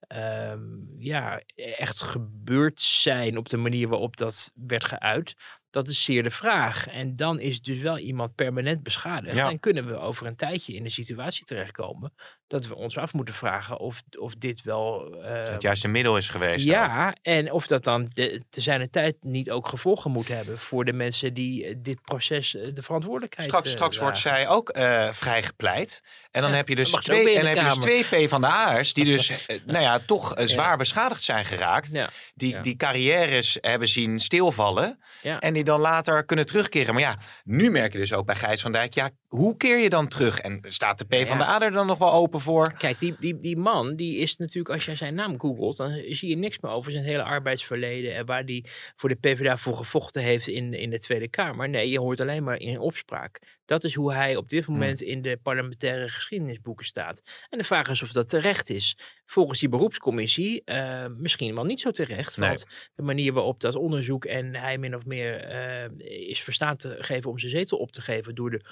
echt gebeurd zijn op de manier waarop dat werd geuit. Dat is zeer de vraag. En dan is dus wel iemand permanent beschadigd. Ja. En kunnen we over een tijdje in een situatie terechtkomen dat we ons af moeten vragen of dit wel het juiste middel is geweest. Ja, en of dat dan te zijner tijd niet ook gevolgen moet hebben voor de mensen die dit proces de verantwoordelijkheid Straks wordt zij ook vrijgepleit. En dan heb je dus twee PvdA'ers die dus toch zwaar beschadigd zijn geraakt. Ja. Die carrières hebben zien stilvallen. Ja. En die dan later kunnen terugkeren. Maar nu merk je dus ook bij Gijs van Dijk, hoe keer je dan terug? En staat de PvdA er dan nog wel open voor? Kijk, die man, die is natuurlijk, als jij zijn naam googelt, dan zie je niks meer over zijn hele arbeidsverleden en waar die voor de PvdA voor gevochten heeft in de Tweede Kamer. Nee, je hoort alleen maar in opspraak. Dat is hoe hij op dit moment in de parlementaire geschiedenisboeken staat. En de vraag is of dat terecht is. Volgens die beroepscommissie misschien wel niet zo terecht. Want de manier waarop dat onderzoek en hij min of meer is verstaan te geven om zijn zetel op te geven door de toenmalige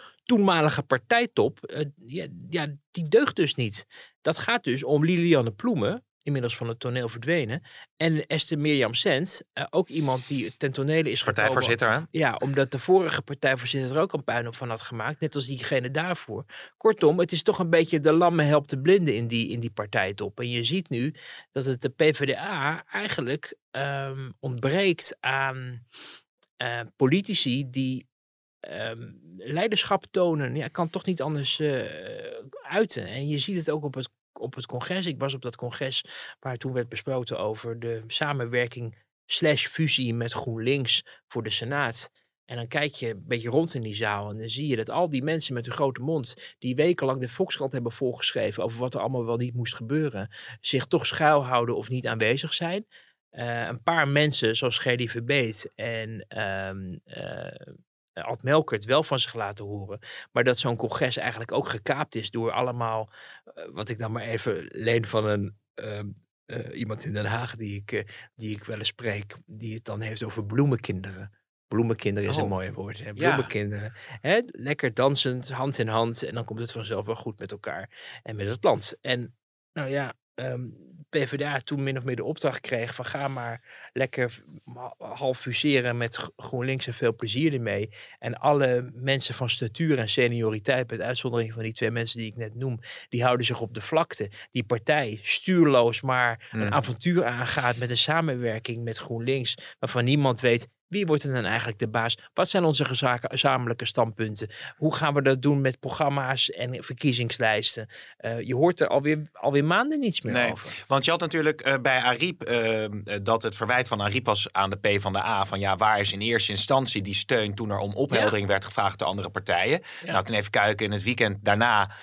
toenmalige partijtop, die deugt dus niet. Dat gaat dus om Lilianne Ploemen, inmiddels van het toneel verdwenen. En Esther Mirjam Sent, ook iemand die ten tonele is gekomen. Partijvoorzitter, hè? Ja, omdat de vorige partijvoorzitter er ook een puinhoop van had gemaakt. Net als diegene daarvoor. Kortom, het is toch een beetje de lamme helpt de blinden in die partijtop. En je ziet nu dat het de PvdA eigenlijk ontbreekt aan politici die leiderschap tonen. Ja, kan toch niet anders uiten. En je ziet het ook op het congres. Ik was op dat congres waar toen werd besproken over de samenwerking /fusie met GroenLinks voor de Senaat. En dan kijk je een beetje rond in die zaal en dan zie je dat al die mensen met een grote mond, die wekenlang de Volkskrant hebben volgeschreven over wat er allemaal wel niet moest gebeuren, zich toch schuilhouden of niet aanwezig zijn. Een paar mensen zoals Gerdy Verbeet en Ad Melkert wel van zich laten horen. Maar dat zo'n congres eigenlijk ook gekaapt is door allemaal, wat ik dan maar even leen van een iemand in Den Haag die ik wel eens spreek, die het dan heeft over bloemenkinderen. Bloemenkinderen is een mooi woord. Hè? Bloemenkinderen. Hè? Lekker dansend, hand in hand. En dan komt het vanzelf wel goed met elkaar en met het land. En nou ja, PvdA toen min of meer de opdracht kreeg van ga maar lekker half fuseren met GroenLinks en veel plezier ermee. En alle mensen van statuur en senioriteit, met uitzondering van die 2 mensen die ik net noem, die houden zich op de vlakte. Die partij stuurloos maar een avontuur aangaat met een samenwerking met GroenLinks, waarvan niemand weet wie wordt er dan eigenlijk de baas? Wat zijn onze gezamenlijke standpunten? Hoe gaan we dat doen met programma's en verkiezingslijsten? Je hoort er alweer maanden niets meer over. Want je had natuurlijk bij Ariep dat het verwijt van Ariep was aan de PvdA van ja, waar is in eerste instantie die steun toen er om opheldering werd gevraagd door andere partijen? Ja. Nou, toen even kijken in het weekend daarna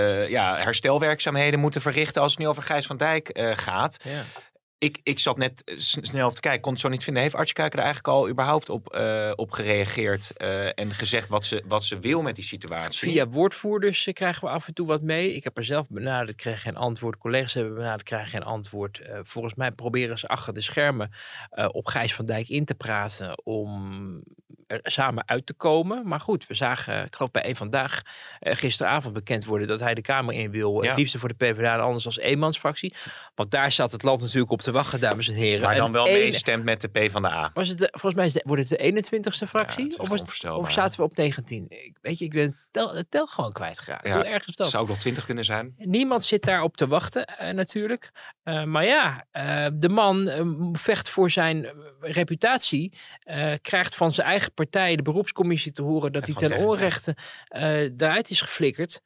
herstelwerkzaamheden moeten verrichten als het nu over Gijs van Dijk gaat. Ja. Ik zat net snel te kijken, kon het zo niet vinden. Heeft Artje Kuiken er eigenlijk al überhaupt op gereageerd en gezegd wat ze wil met die situatie? Via woordvoerders krijgen we af en toe wat mee. Ik heb er zelf benaderd, kreeg geen antwoord. Collega's hebben benaderd, krijgen geen antwoord. Volgens mij proberen ze achter de schermen op Gijs van Dijk in te praten om er samen uit te komen. Maar goed, we zagen, ik geloof bij Eén Vandaag gisteravond bekend worden dat hij de Kamer in wil. Het liefste voor de PvdA en anders als eenmansfractie. Want daar zat het land natuurlijk op te wachten, dames en heren. Maar dan wel meestemt met de PvdA. Volgens mij wordt het de 21ste fractie? Ja, of zaten we op 19? Ik ben het tel gewoon kwijtgeraakt. Hoe erg is dat? Het zou ook nog 20 kunnen zijn. Niemand zit daarop te wachten natuurlijk. Maar ja, de man vecht voor zijn reputatie. Krijgt van zijn eigen partij, de beroepscommissie, te horen dat hij ten onrechte daaruit is geflikkerd.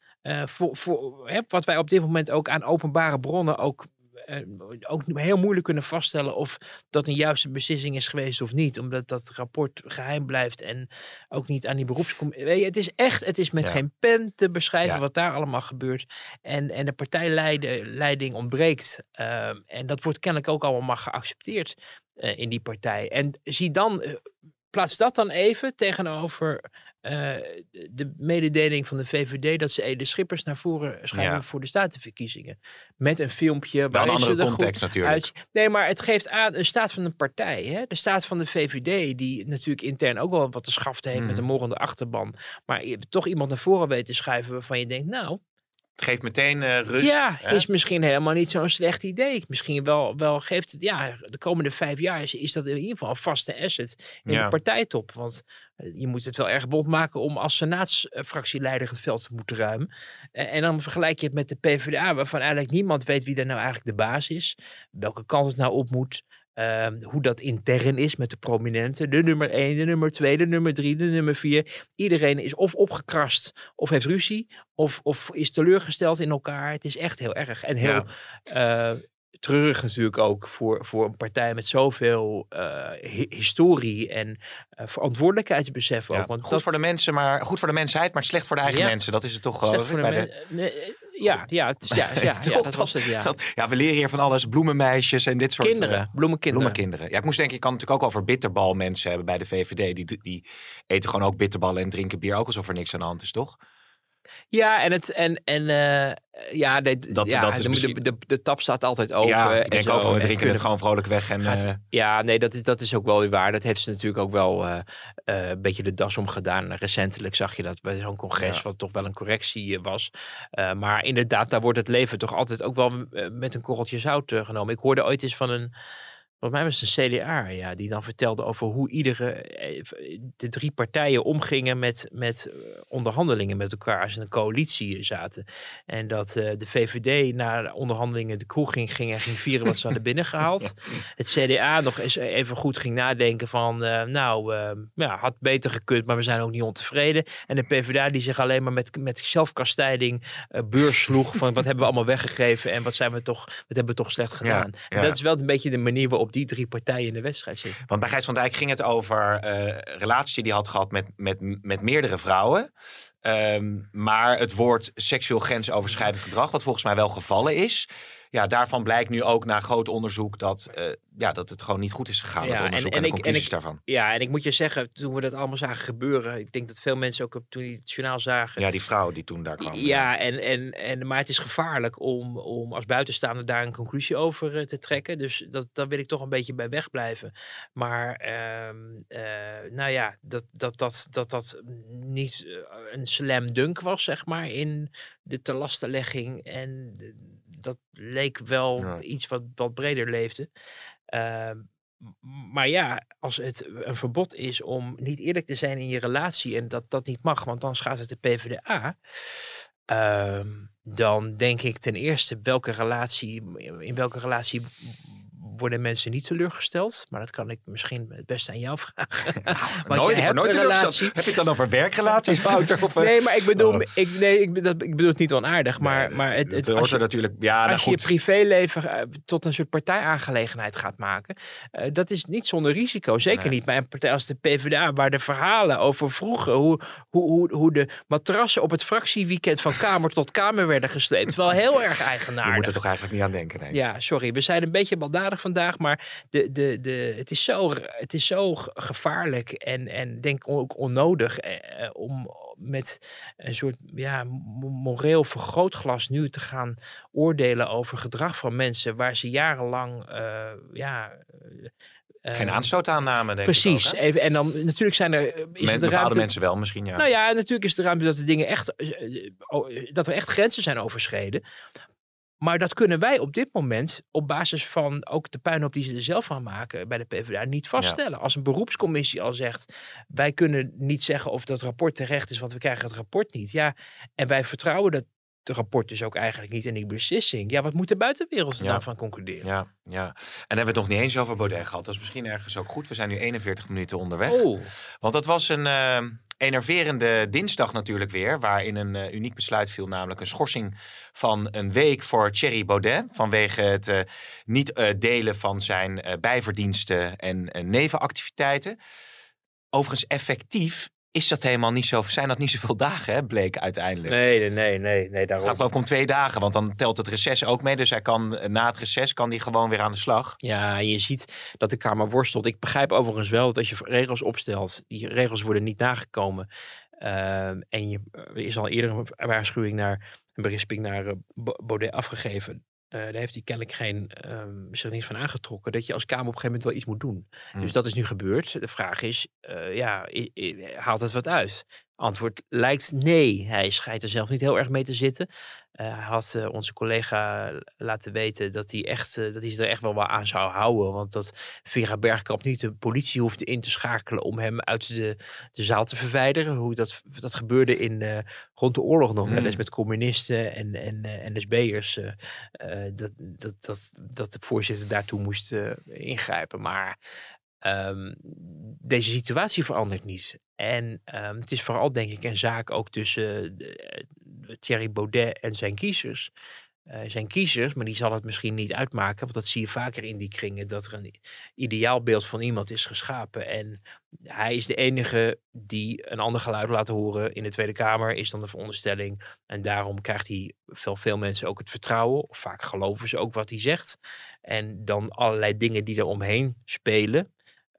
Wat wij op dit moment ook aan openbare bronnen ook heel moeilijk kunnen vaststellen of dat een juiste beslissing is geweest of niet. Omdat dat rapport geheim blijft en ook niet aan die beroepscommissie. Het is met geen pen te beschrijven wat daar allemaal gebeurt. En de partijleiding ontbreekt. En dat wordt kennelijk ook allemaal maar geaccepteerd in die partij. En plaats dat dan even tegenover de mededeling van de VVD dat ze Ede Schippers naar voren schuiven voor de statenverkiezingen. Met een filmpje. Wel een andere context natuurlijk. Nee, maar het geeft aan een staat van een partij. Hè? De staat van de VVD, die natuurlijk intern ook wel wat te schaften heeft met een morrende achterban. Maar je toch iemand naar voren weet te schuiven waarvan je denkt, nou, het geeft meteen rust. Ja, is misschien helemaal niet zo'n slecht idee. Misschien wel geeft het, de komende 5 jaar is dat in ieder geval een vaste asset in de partijtop. Want je moet het wel erg bond maken om als senaatsfractieleider het veld te moeten ruimen. En dan vergelijk je het met de PvdA, waarvan eigenlijk niemand weet wie daar nou eigenlijk de baas is. Welke kant het nou op moet. Hoe dat intern is met de prominenten. De nummer 1, de nummer 2, de nummer 3, de nummer 4. Iedereen is of opgekrast of heeft ruzie. Of is teleurgesteld in elkaar. Het is echt heel erg. En heel treurig natuurlijk ook voor een partij met zoveel historie en verantwoordelijkheidsbesef ook. Want goed voor de mensen, maar goed voor de mensheid, maar slecht voor de eigen mensen. Dat is het toch gewoon. Dat was het, ja. Ja, we leren hier van alles. Bloemenmeisjes en dit soort... Bloemenkinderen. Ja, ik moest denken, je kan natuurlijk ook over bitterbalmensen hebben bij de VVD. Die eten gewoon ook bitterballen en drinken bier ook alsof er niks aan de hand is, toch? Ja, de tap staat altijd open. Ja, ik denk ook wel, we drinken het gewoon vrolijk weg. Dat is ook wel weer waar. Dat heeft ze natuurlijk ook wel een beetje de das om gedaan. Recentelijk zag je dat bij zo'n congres, wat toch wel een correctie was. Maar inderdaad, daar wordt het leven toch altijd ook wel met een korreltje zout genomen. Ik hoorde ooit eens van volgens mij was het een CDA, die dan vertelde over hoe de 3 partijen omgingen met onderhandelingen met elkaar als ze in een coalitie zaten. En dat de VVD na de onderhandelingen de kroeg ging vieren wat ze hadden binnengehaald. Het CDA nog eens even goed ging nadenken van, had beter gekund, maar we zijn ook niet ontevreden. En de PvdA die zich alleen maar met zelfkastijding beurs sloeg van wat hebben we allemaal weggegeven en wat hebben we toch slecht gedaan. Ja. En dat is wel een beetje de manier waarop die 3 partijen in de wedstrijd zitten. Want bij Gijs van Dijk ging het over relaties die hij had gehad met meerdere vrouwen. Maar het woord seksueel grensoverschrijdend gedrag, wat volgens mij wel gevallen is. Ja, daarvan blijkt nu ook na groot onderzoek dat het gewoon niet goed is gegaan. Het onderzoek en de conclusies daarvan. Ja, en ik moet je zeggen, toen we dat allemaal zagen gebeuren, ik denk dat veel mensen ook toen die het journaal zagen. Ja, die vrouw die toen daar kwam. Ja, maar het is gevaarlijk om als buitenstaander daar een conclusie over te trekken. Dus daar wil ik toch een beetje bij wegblijven. Maar dat niet een slam dunk was, zeg maar, in de telastenlegging en dat leek wel iets wat breder leefde. Maar ja, als het een verbod is om niet eerlijk te zijn in je relatie en dat niet mag, want dan schaadt het de PvdA. Dan denk ik ten eerste, in welke relatie worden mensen niet teleurgesteld? Maar dat kan ik misschien het beste aan jou vragen. Nooit relatie. Heb je het dan over werkrelaties, Wouter? Nee, maar ik bedoel, ik bedoel het niet onaardig. Maar het hoort er natuurlijk. Ja, als je je privéleven tot een soort partijaangelegenheid gaat maken, dat is niet zonder risico. Zeker niet bij een partij als de PvdA, waar de verhalen over vroeger, hoe de matrassen op het fractieweekend van kamer tot kamer werden gesleept, wel heel erg eigenaardig. Je moet er toch eigenlijk niet aan denken. Nee. Ja, sorry. We zijn een beetje baldadig vandaag, maar het is zo gevaarlijk en denk ook onnodig om met een soort moreel vergrootglas nu te gaan oordelen over gedrag van mensen waar ze jarenlang geen aanstoot aannamen, denk precies, ik ook. Precies. En dan natuurlijk zijn er bepaalde mensen wel misschien, ja. Nou ja, natuurlijk is de ruimte dat de dingen dat er echt grenzen zijn overschreden. Maar dat kunnen wij op dit moment op basis van ook de puinhoop die ze er zelf van maken bij de PvdA niet vaststellen. Ja. Als een beroepscommissie al zegt, wij kunnen niet zeggen of dat rapport terecht is, want we krijgen het rapport niet. Ja, en wij vertrouwen dat rapport dus ook eigenlijk niet in die beslissing. Ja, wat moet de buitenwereld er dan van concluderen? Ja. En dan hebben we het nog niet eens over Baudet gehad. Dat is misschien ergens ook goed. We zijn nu 41 minuten onderweg. Want dat was een enerverende dinsdag natuurlijk weer, waarin een uniek besluit viel, namelijk een schorsing van een week voor Thierry Baudet, vanwege het niet delen van zijn bijverdiensten en nevenactiviteiten. Overigens effectief is dat helemaal niet zo, zijn dat niet zoveel dagen, hè, bleek uiteindelijk. Nee, daarom. Het gaat geloof ik om 2 dagen, want dan telt het reces ook mee. Dus hij kan na het reces gewoon weer aan de slag. Ja, je ziet dat de Kamer worstelt. Ik begrijp overigens wel dat als je regels opstelt, die regels worden niet nagekomen. En er is al eerder een waarschuwing een berisping naar Baudet afgegeven. Daar heeft hij kennelijk zich niet van aangetrokken, dat je als Kamer op een gegeven moment wel iets moet doen. Dus dat is nu gebeurd. De vraag is, haalt het wat uit? Antwoord lijkt nee. Hij schijnt er zelf niet heel erg mee te zitten. Hij had onze collega laten weten dat hij zich er echt wel aan zou houden. Want dat Vera Bergkamp niet de politie hoefde in te schakelen om hem uit de zaal te verwijderen. Hoe dat gebeurde rond de oorlog nog. Wel eens met communisten en NSB'ers. Dat de voorzitter daartoe moest ingrijpen. Maar deze situatie verandert niet. En het is vooral, denk ik, een zaak ook tussen Thierry Baudet en zijn kiezers. Maar die zal het misschien niet uitmaken, want dat zie je vaker in die kringen, dat er een ideaalbeeld van iemand is geschapen. En hij is de enige die een ander geluid laat horen in de Tweede Kamer, is dan de veronderstelling. En daarom krijgt hij veel mensen ook het vertrouwen. Of vaak geloven ze ook wat hij zegt. En dan allerlei dingen die er omheen spelen.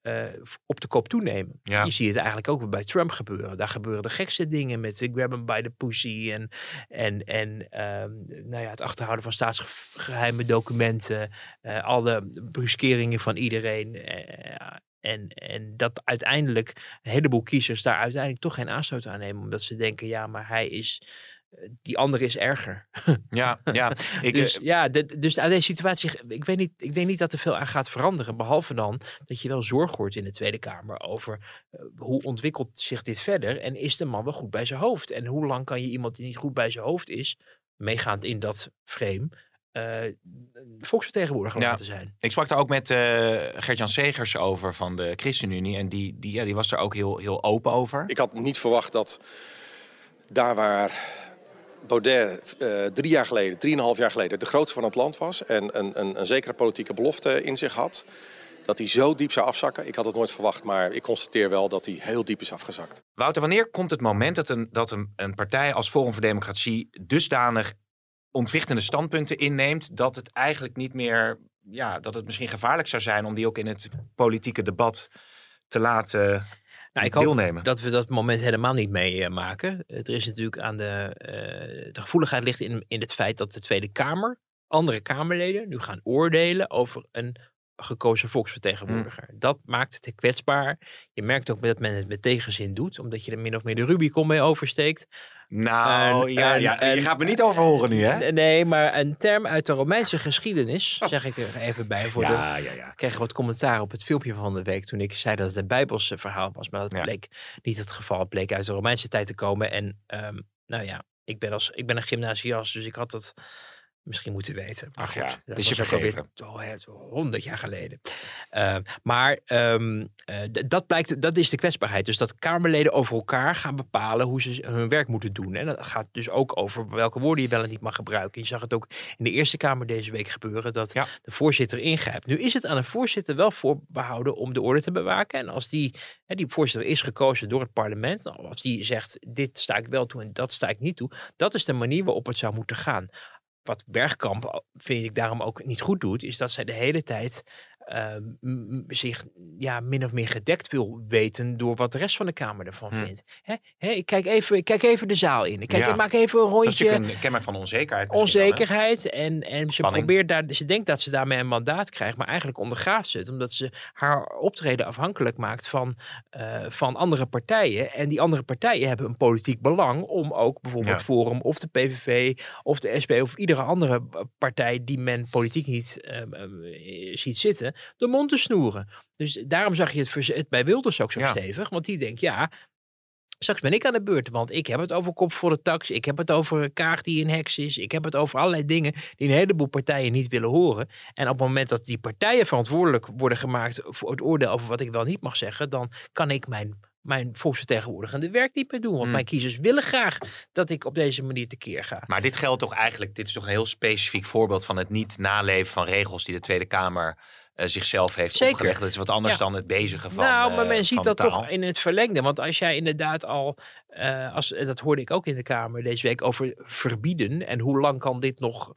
op de kop toenemen. Ja. Je ziet het eigenlijk ook bij Trump gebeuren. Daar gebeuren de gekste dingen met grab him by the pussy en het achterhouden van staatsgeheime documenten, alle bruskeringen van iedereen. En dat uiteindelijk een heleboel kiezers daar uiteindelijk toch geen aanstoot aan nemen, omdat ze denken, ja, maar die andere is erger. Ja. Dus aan deze situatie, ik denk niet dat er veel aan gaat veranderen. Behalve dan dat je wel zorg hoort in de Tweede Kamer over hoe ontwikkelt zich dit verder. En is de man wel goed bij zijn hoofd? En hoe lang kan je iemand die niet goed bij zijn hoofd is, meegaand in dat frame, volksvertegenwoordiger laten zijn? Ik sprak daar ook met Gert-Jan Segers over van de ChristenUnie. En die was er ook heel open over. Ik had niet verwacht dat daar waar Baudet 3,5 jaar geleden de grootste van het land was en een zekere politieke belofte in zich had, dat hij zo diep zou afzakken. Ik had het nooit verwacht, maar ik constateer wel dat hij heel diep is afgezakt. Wouter, wanneer komt het moment dat een partij als Forum voor Democratie dusdanig ontwrichtende standpunten inneemt dat het eigenlijk niet meer, dat het misschien gevaarlijk zou zijn om die ook in het politieke debat te laten ik deelnemen? Hoop dat we dat moment helemaal niet meemaken. Er is natuurlijk de gevoeligheid ligt in het feit dat de Tweede Kamer, andere Kamerleden, nu gaan oordelen over een gekozen volksvertegenwoordiger. Dat maakt het kwetsbaar. Je merkt ook dat men het met tegenzin doet, omdat je er min of meer de Rubicon mee oversteekt. Je gaat me niet overhoren nu, hè? Nee, maar een term uit de Romeinse geschiedenis, zeg ik er even bij. Ik kreeg wat commentaar op het filmpje van de week toen ik zei dat het een Bijbelse verhaal was, maar dat bleek niet het geval. Het bleek uit de Romeinse tijd te komen en ik ben een gymnasiast, dus ik had dat misschien moeten weten. Dat is je vergeven. 100 jaar geleden. Dat is de kwetsbaarheid. Dus dat Kamerleden over elkaar gaan bepalen hoe ze hun werk moeten doen. En dat gaat dus ook over welke woorden je wel en niet mag gebruiken. Je zag het ook in de Eerste Kamer deze week gebeuren, dat de voorzitter ingrijpt. Nu is het aan een voorzitter wel voorbehouden om de orde te bewaken. En als die voorzitter is gekozen door het parlement, als die zegt, dit sta ik wel toe en dat sta ik niet toe, dat is de manier waarop het zou moeten gaan. Wat Bergkamp, vind ik, daarom ook niet goed doet, is dat zij de hele tijd zich min of meer gedekt wil weten door wat de rest van de Kamer ervan vindt. Ik kijk even de zaal in. Ik maak even een rondje. Dat is natuurlijk een kenmerk van onzekerheid. Onzekerheid. En ze probeert ze denkt dat ze daarmee een mandaat krijgt, maar eigenlijk ondergraaft ze het, omdat ze haar optreden afhankelijk maakt van andere partijen. En die andere partijen hebben een politiek belang om ook bijvoorbeeld Forum of de PVV of de SP of iedere andere partij die men politiek niet ziet zitten, de mond te snoeren. Dus daarom zag je het verzet bij Wilders ook zo stevig. Want die denkt, straks ben ik aan de beurt. Want ik heb het over kopvolle tax. Ik heb het over Kaag die een heks is. Ik heb het over allerlei dingen die een heleboel partijen niet willen horen. En op het moment dat die partijen verantwoordelijk worden gemaakt voor het oordeel over wat ik wel niet mag zeggen, dan kan ik mijn volksvertegenwoordigende werk niet meer doen. Want mijn kiezers willen graag dat ik op deze manier tekeer ga. Maar dit geldt toch eigenlijk, dit is toch een heel specifiek voorbeeld van het niet naleven van regels die de Tweede Kamer zichzelf heeft opgelegd. Dat is wat anders dan het bezigen van maar men ziet dat taal. toch in het verlengde. Want als jij inderdaad al, dat hoorde ik ook in de Kamer deze week, over verbieden en hoe lang kan dit nog,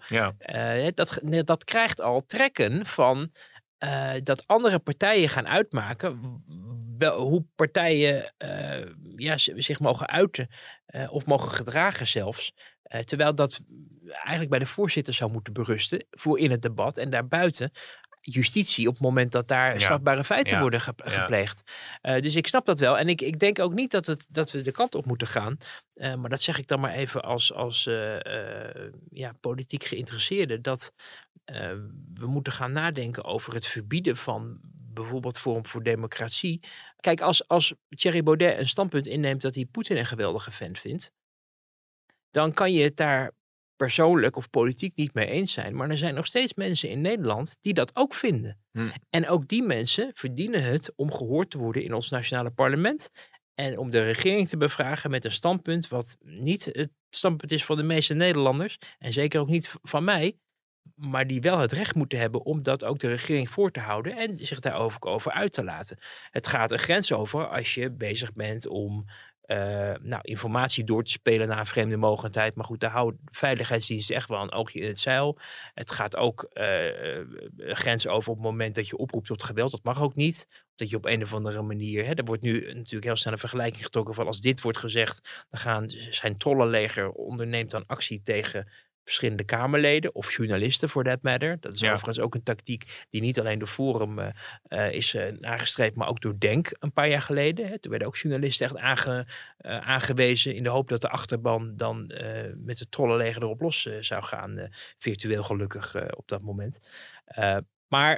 dat krijgt al trekken van dat andere partijen gaan uitmaken hoe partijen zich mogen uiten of mogen gedragen zelfs. Terwijl dat eigenlijk bij de voorzitter zou moeten berusten voor in het debat en daarbuiten justitie op het moment dat daar strafbare feiten worden gepleegd. Dus ik snap dat wel. En ik denk ook niet dat we de kant op moeten gaan. Maar dat zeg ik dan maar even als politiek geïnteresseerde. Dat we moeten gaan nadenken over het verbieden van bijvoorbeeld Forum voor Democratie. Kijk, als Thierry Baudet een standpunt inneemt dat hij Poetin een geweldige vent vindt, dan kan je het daar persoonlijk of politiek niet mee eens zijn. Maar er zijn nog steeds mensen in Nederland die dat ook vinden. En ook die mensen verdienen het om gehoord te worden in ons nationale parlement. En om de regering te bevragen met een standpunt wat niet het standpunt is van de meeste Nederlanders. En zeker ook niet van mij. Maar die wel het recht moeten hebben om dat ook de regering voor te houden en zich daarover uit te laten. Het gaat een grens over als je bezig bent om informatie door te spelen naar een vreemde mogendheid. Maar goed, daar houdt de veiligheidsdienst echt wel een oogje in het zeil. Het gaat ook grenzen over op het moment dat je oproept tot geweld. Dat mag ook niet. Dat je op een of andere manier... er wordt nu natuurlijk heel snel een vergelijking getrokken van als dit wordt gezegd, dan zijn trollenleger onderneemt dan actie tegen verschillende Kamerleden of journalisten for that matter. Dat is overigens ook een tactiek die niet alleen door Forum is nagestreefd, maar ook door Denk een paar jaar geleden. Toen werden ook journalisten echt aangewezen in de hoop dat de achterban dan met het trollenleger erop los zou gaan. Virtueel gelukkig op dat moment. Maar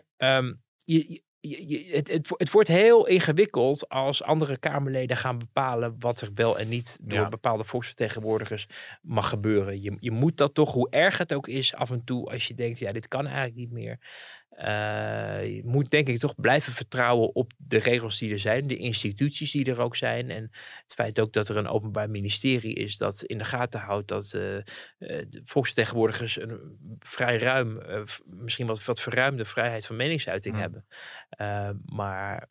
het wordt heel ingewikkeld als andere Kamerleden gaan bepalen wat er wel en niet door bepaalde volksvertegenwoordigers mag gebeuren. Je moet dat toch, hoe erg het ook is, af en toe als je denkt, dit kan eigenlijk niet meer. Je moet denk ik toch blijven vertrouwen op de regels die er zijn, de instituties die er ook zijn en het feit ook dat er een openbaar ministerie is dat in de gaten houdt dat de volksvertegenwoordigers een vrij ruim, misschien wat verruimde vrijheid van meningsuiting hebben. Maar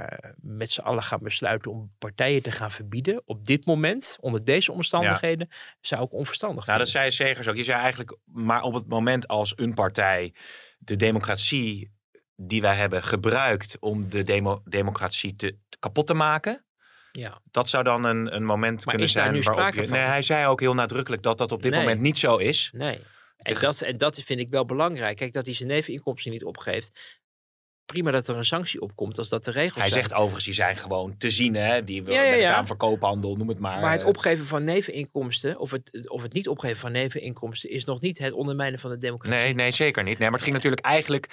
met z'n allen gaan besluiten om partijen te gaan verbieden op dit moment, onder deze omstandigheden, zou ik onverstandig vinden. Dat zei Segers ook. Je zei eigenlijk, maar op het moment als een partij de democratie die wij hebben gebruikt om de democratie kapot te maken. Ja. Dat zou dan een moment kunnen zijn waarop je... Nee, hij zei ook heel nadrukkelijk dat op dit moment niet zo is. Nee. En dat vind ik wel belangrijk. Kijk, dat hij zijn neveninkomsten niet opgeeft. Prima dat er een sanctie opkomt als dat de regels zijn. Hij zegt overigens, die zijn gewoon te zien, hè? Die met de Kamer van Koophandel, noem het maar. Maar het opgeven van neveninkomsten, of het niet opgeven van neveninkomsten, is nog niet het ondermijnen van de democratie. Nee, zeker niet. Nee, maar het ging natuurlijk eigenlijk,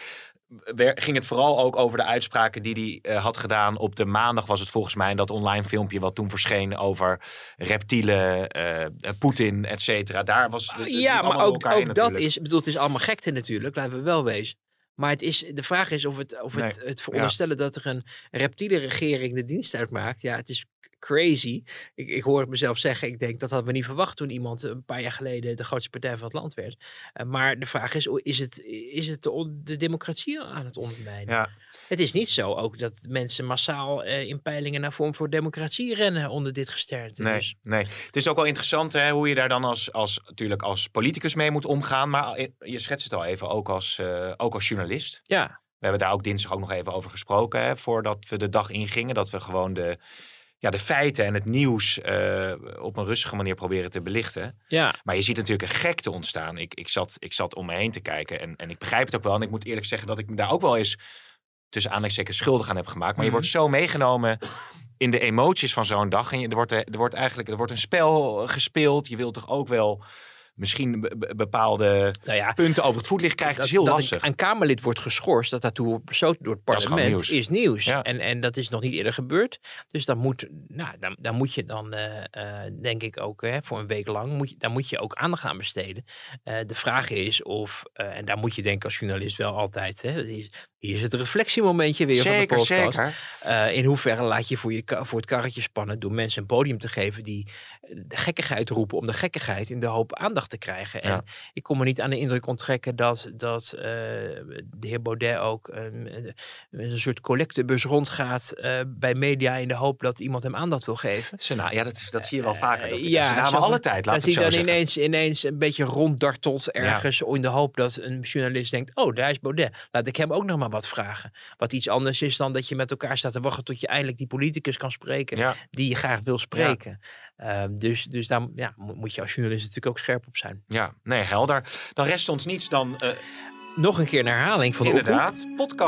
ging het vooral ook over de uitspraken die hij had gedaan. Op de maandag was het volgens mij dat online filmpje wat toen verscheen over reptielen, Poetin, et cetera. Daar was maar ook dat is, het is allemaal gekte natuurlijk, laten we wel wezen. Maar de vraag is of het veronderstellen dat er een reptiele regering de dienst uitmaakt. Ja, het is crazy. Ik hoor het mezelf zeggen. Ik denk dat hadden we niet verwacht toen iemand een paar jaar geleden de grootste partij van het land werd. Maar de vraag is het de democratie aan het ondermijnen? Ja. Het is niet zo ook dat mensen massaal in peilingen naar Vorm voor Democratie rennen onder dit gesternte. Nee. Het is ook wel interessant hoe je daar dan natuurlijk als politicus mee moet omgaan. Maar je schetst het al even, ook als journalist. Ja. We hebben daar ook dinsdag ook nog even over gesproken. Voordat we de dag ingingen. Dat we gewoon de feiten en het nieuws op een rustige manier proberen te belichten. Ja. Maar je ziet natuurlijk een gekte ontstaan. Ik zat om me heen te kijken en ik begrijp het ook wel. En ik moet eerlijk zeggen dat ik me daar ook wel eens tussen aanhalingstekens schuldig aan heb gemaakt. Maar je wordt zo meegenomen in de emoties van zo'n dag. En er wordt een spel gespeeld. Je wilt toch ook wel misschien bepaalde punten over het voetlicht krijgen. Het is heel lastig. Dat een Kamerlid wordt geschorst, dat daartoe besloten door het parlement, is nieuws. Ja. En dat is nog niet eerder gebeurd. Dus dan moet je denk ik ook voor een week lang, daar moet je ook aandacht aan besteden. De vraag is of, en daar moet je denken als journalist wel altijd, hier is het reflectiemomentje weer van de podcast. Zeker. In hoeverre laat je voor het karretje spannen door mensen een podium te geven die de gekkigheid roepen om de gekkigheid in de hoop aandacht te krijgen. Ja. En ik kon me niet aan de indruk onttrekken dat de heer Baudet ook een soort collectebus rondgaat bij media in de hoop dat iemand hem aandacht wil geven. Dat zie je wel vaker. Dat namen alle tijd, laat ik zo zeggen. Dat hij dan ineens een beetje ronddartelt ergens in de hoop dat een journalist denkt, daar is Baudet. Laat ik hem ook nog maar wat vragen. Wat iets anders is dan dat je met elkaar staat te wachten tot je eindelijk die politicus kan spreken die je graag wil spreken. Ja. Dus daar moet je als journalist natuurlijk ook scherp op zijn. Ja, nee, helder. Dan rest ons niets dan nog een keer een herhaling van de inderdaad,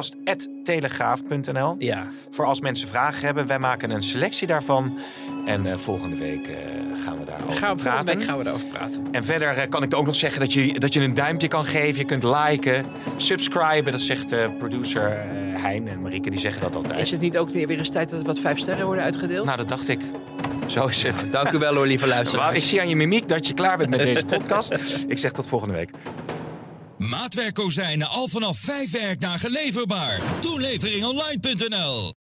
podcast@telegraaf.nl. Ja. Voor als mensen vragen hebben. Wij maken een selectie daarvan. En volgende week gaan we daarover praten. En verder kan ik ook nog zeggen dat je een duimpje kan geven. Je kunt liken, subscriben. Dat zegt producer Hein en Marieke, die zeggen dat altijd. Is het niet ook weer eens tijd dat er wat 5 sterren worden uitgedeeld? Nou, dat dacht ik. Zo is het. Dank u wel hoor, lieve luisteraars. Ik zie aan je mimiek dat je klaar bent met deze podcast. Ik zeg tot volgende week. Maatwerkkozijnen al vanaf 5 werkdagen leverbaar. Toeleveringonline.nl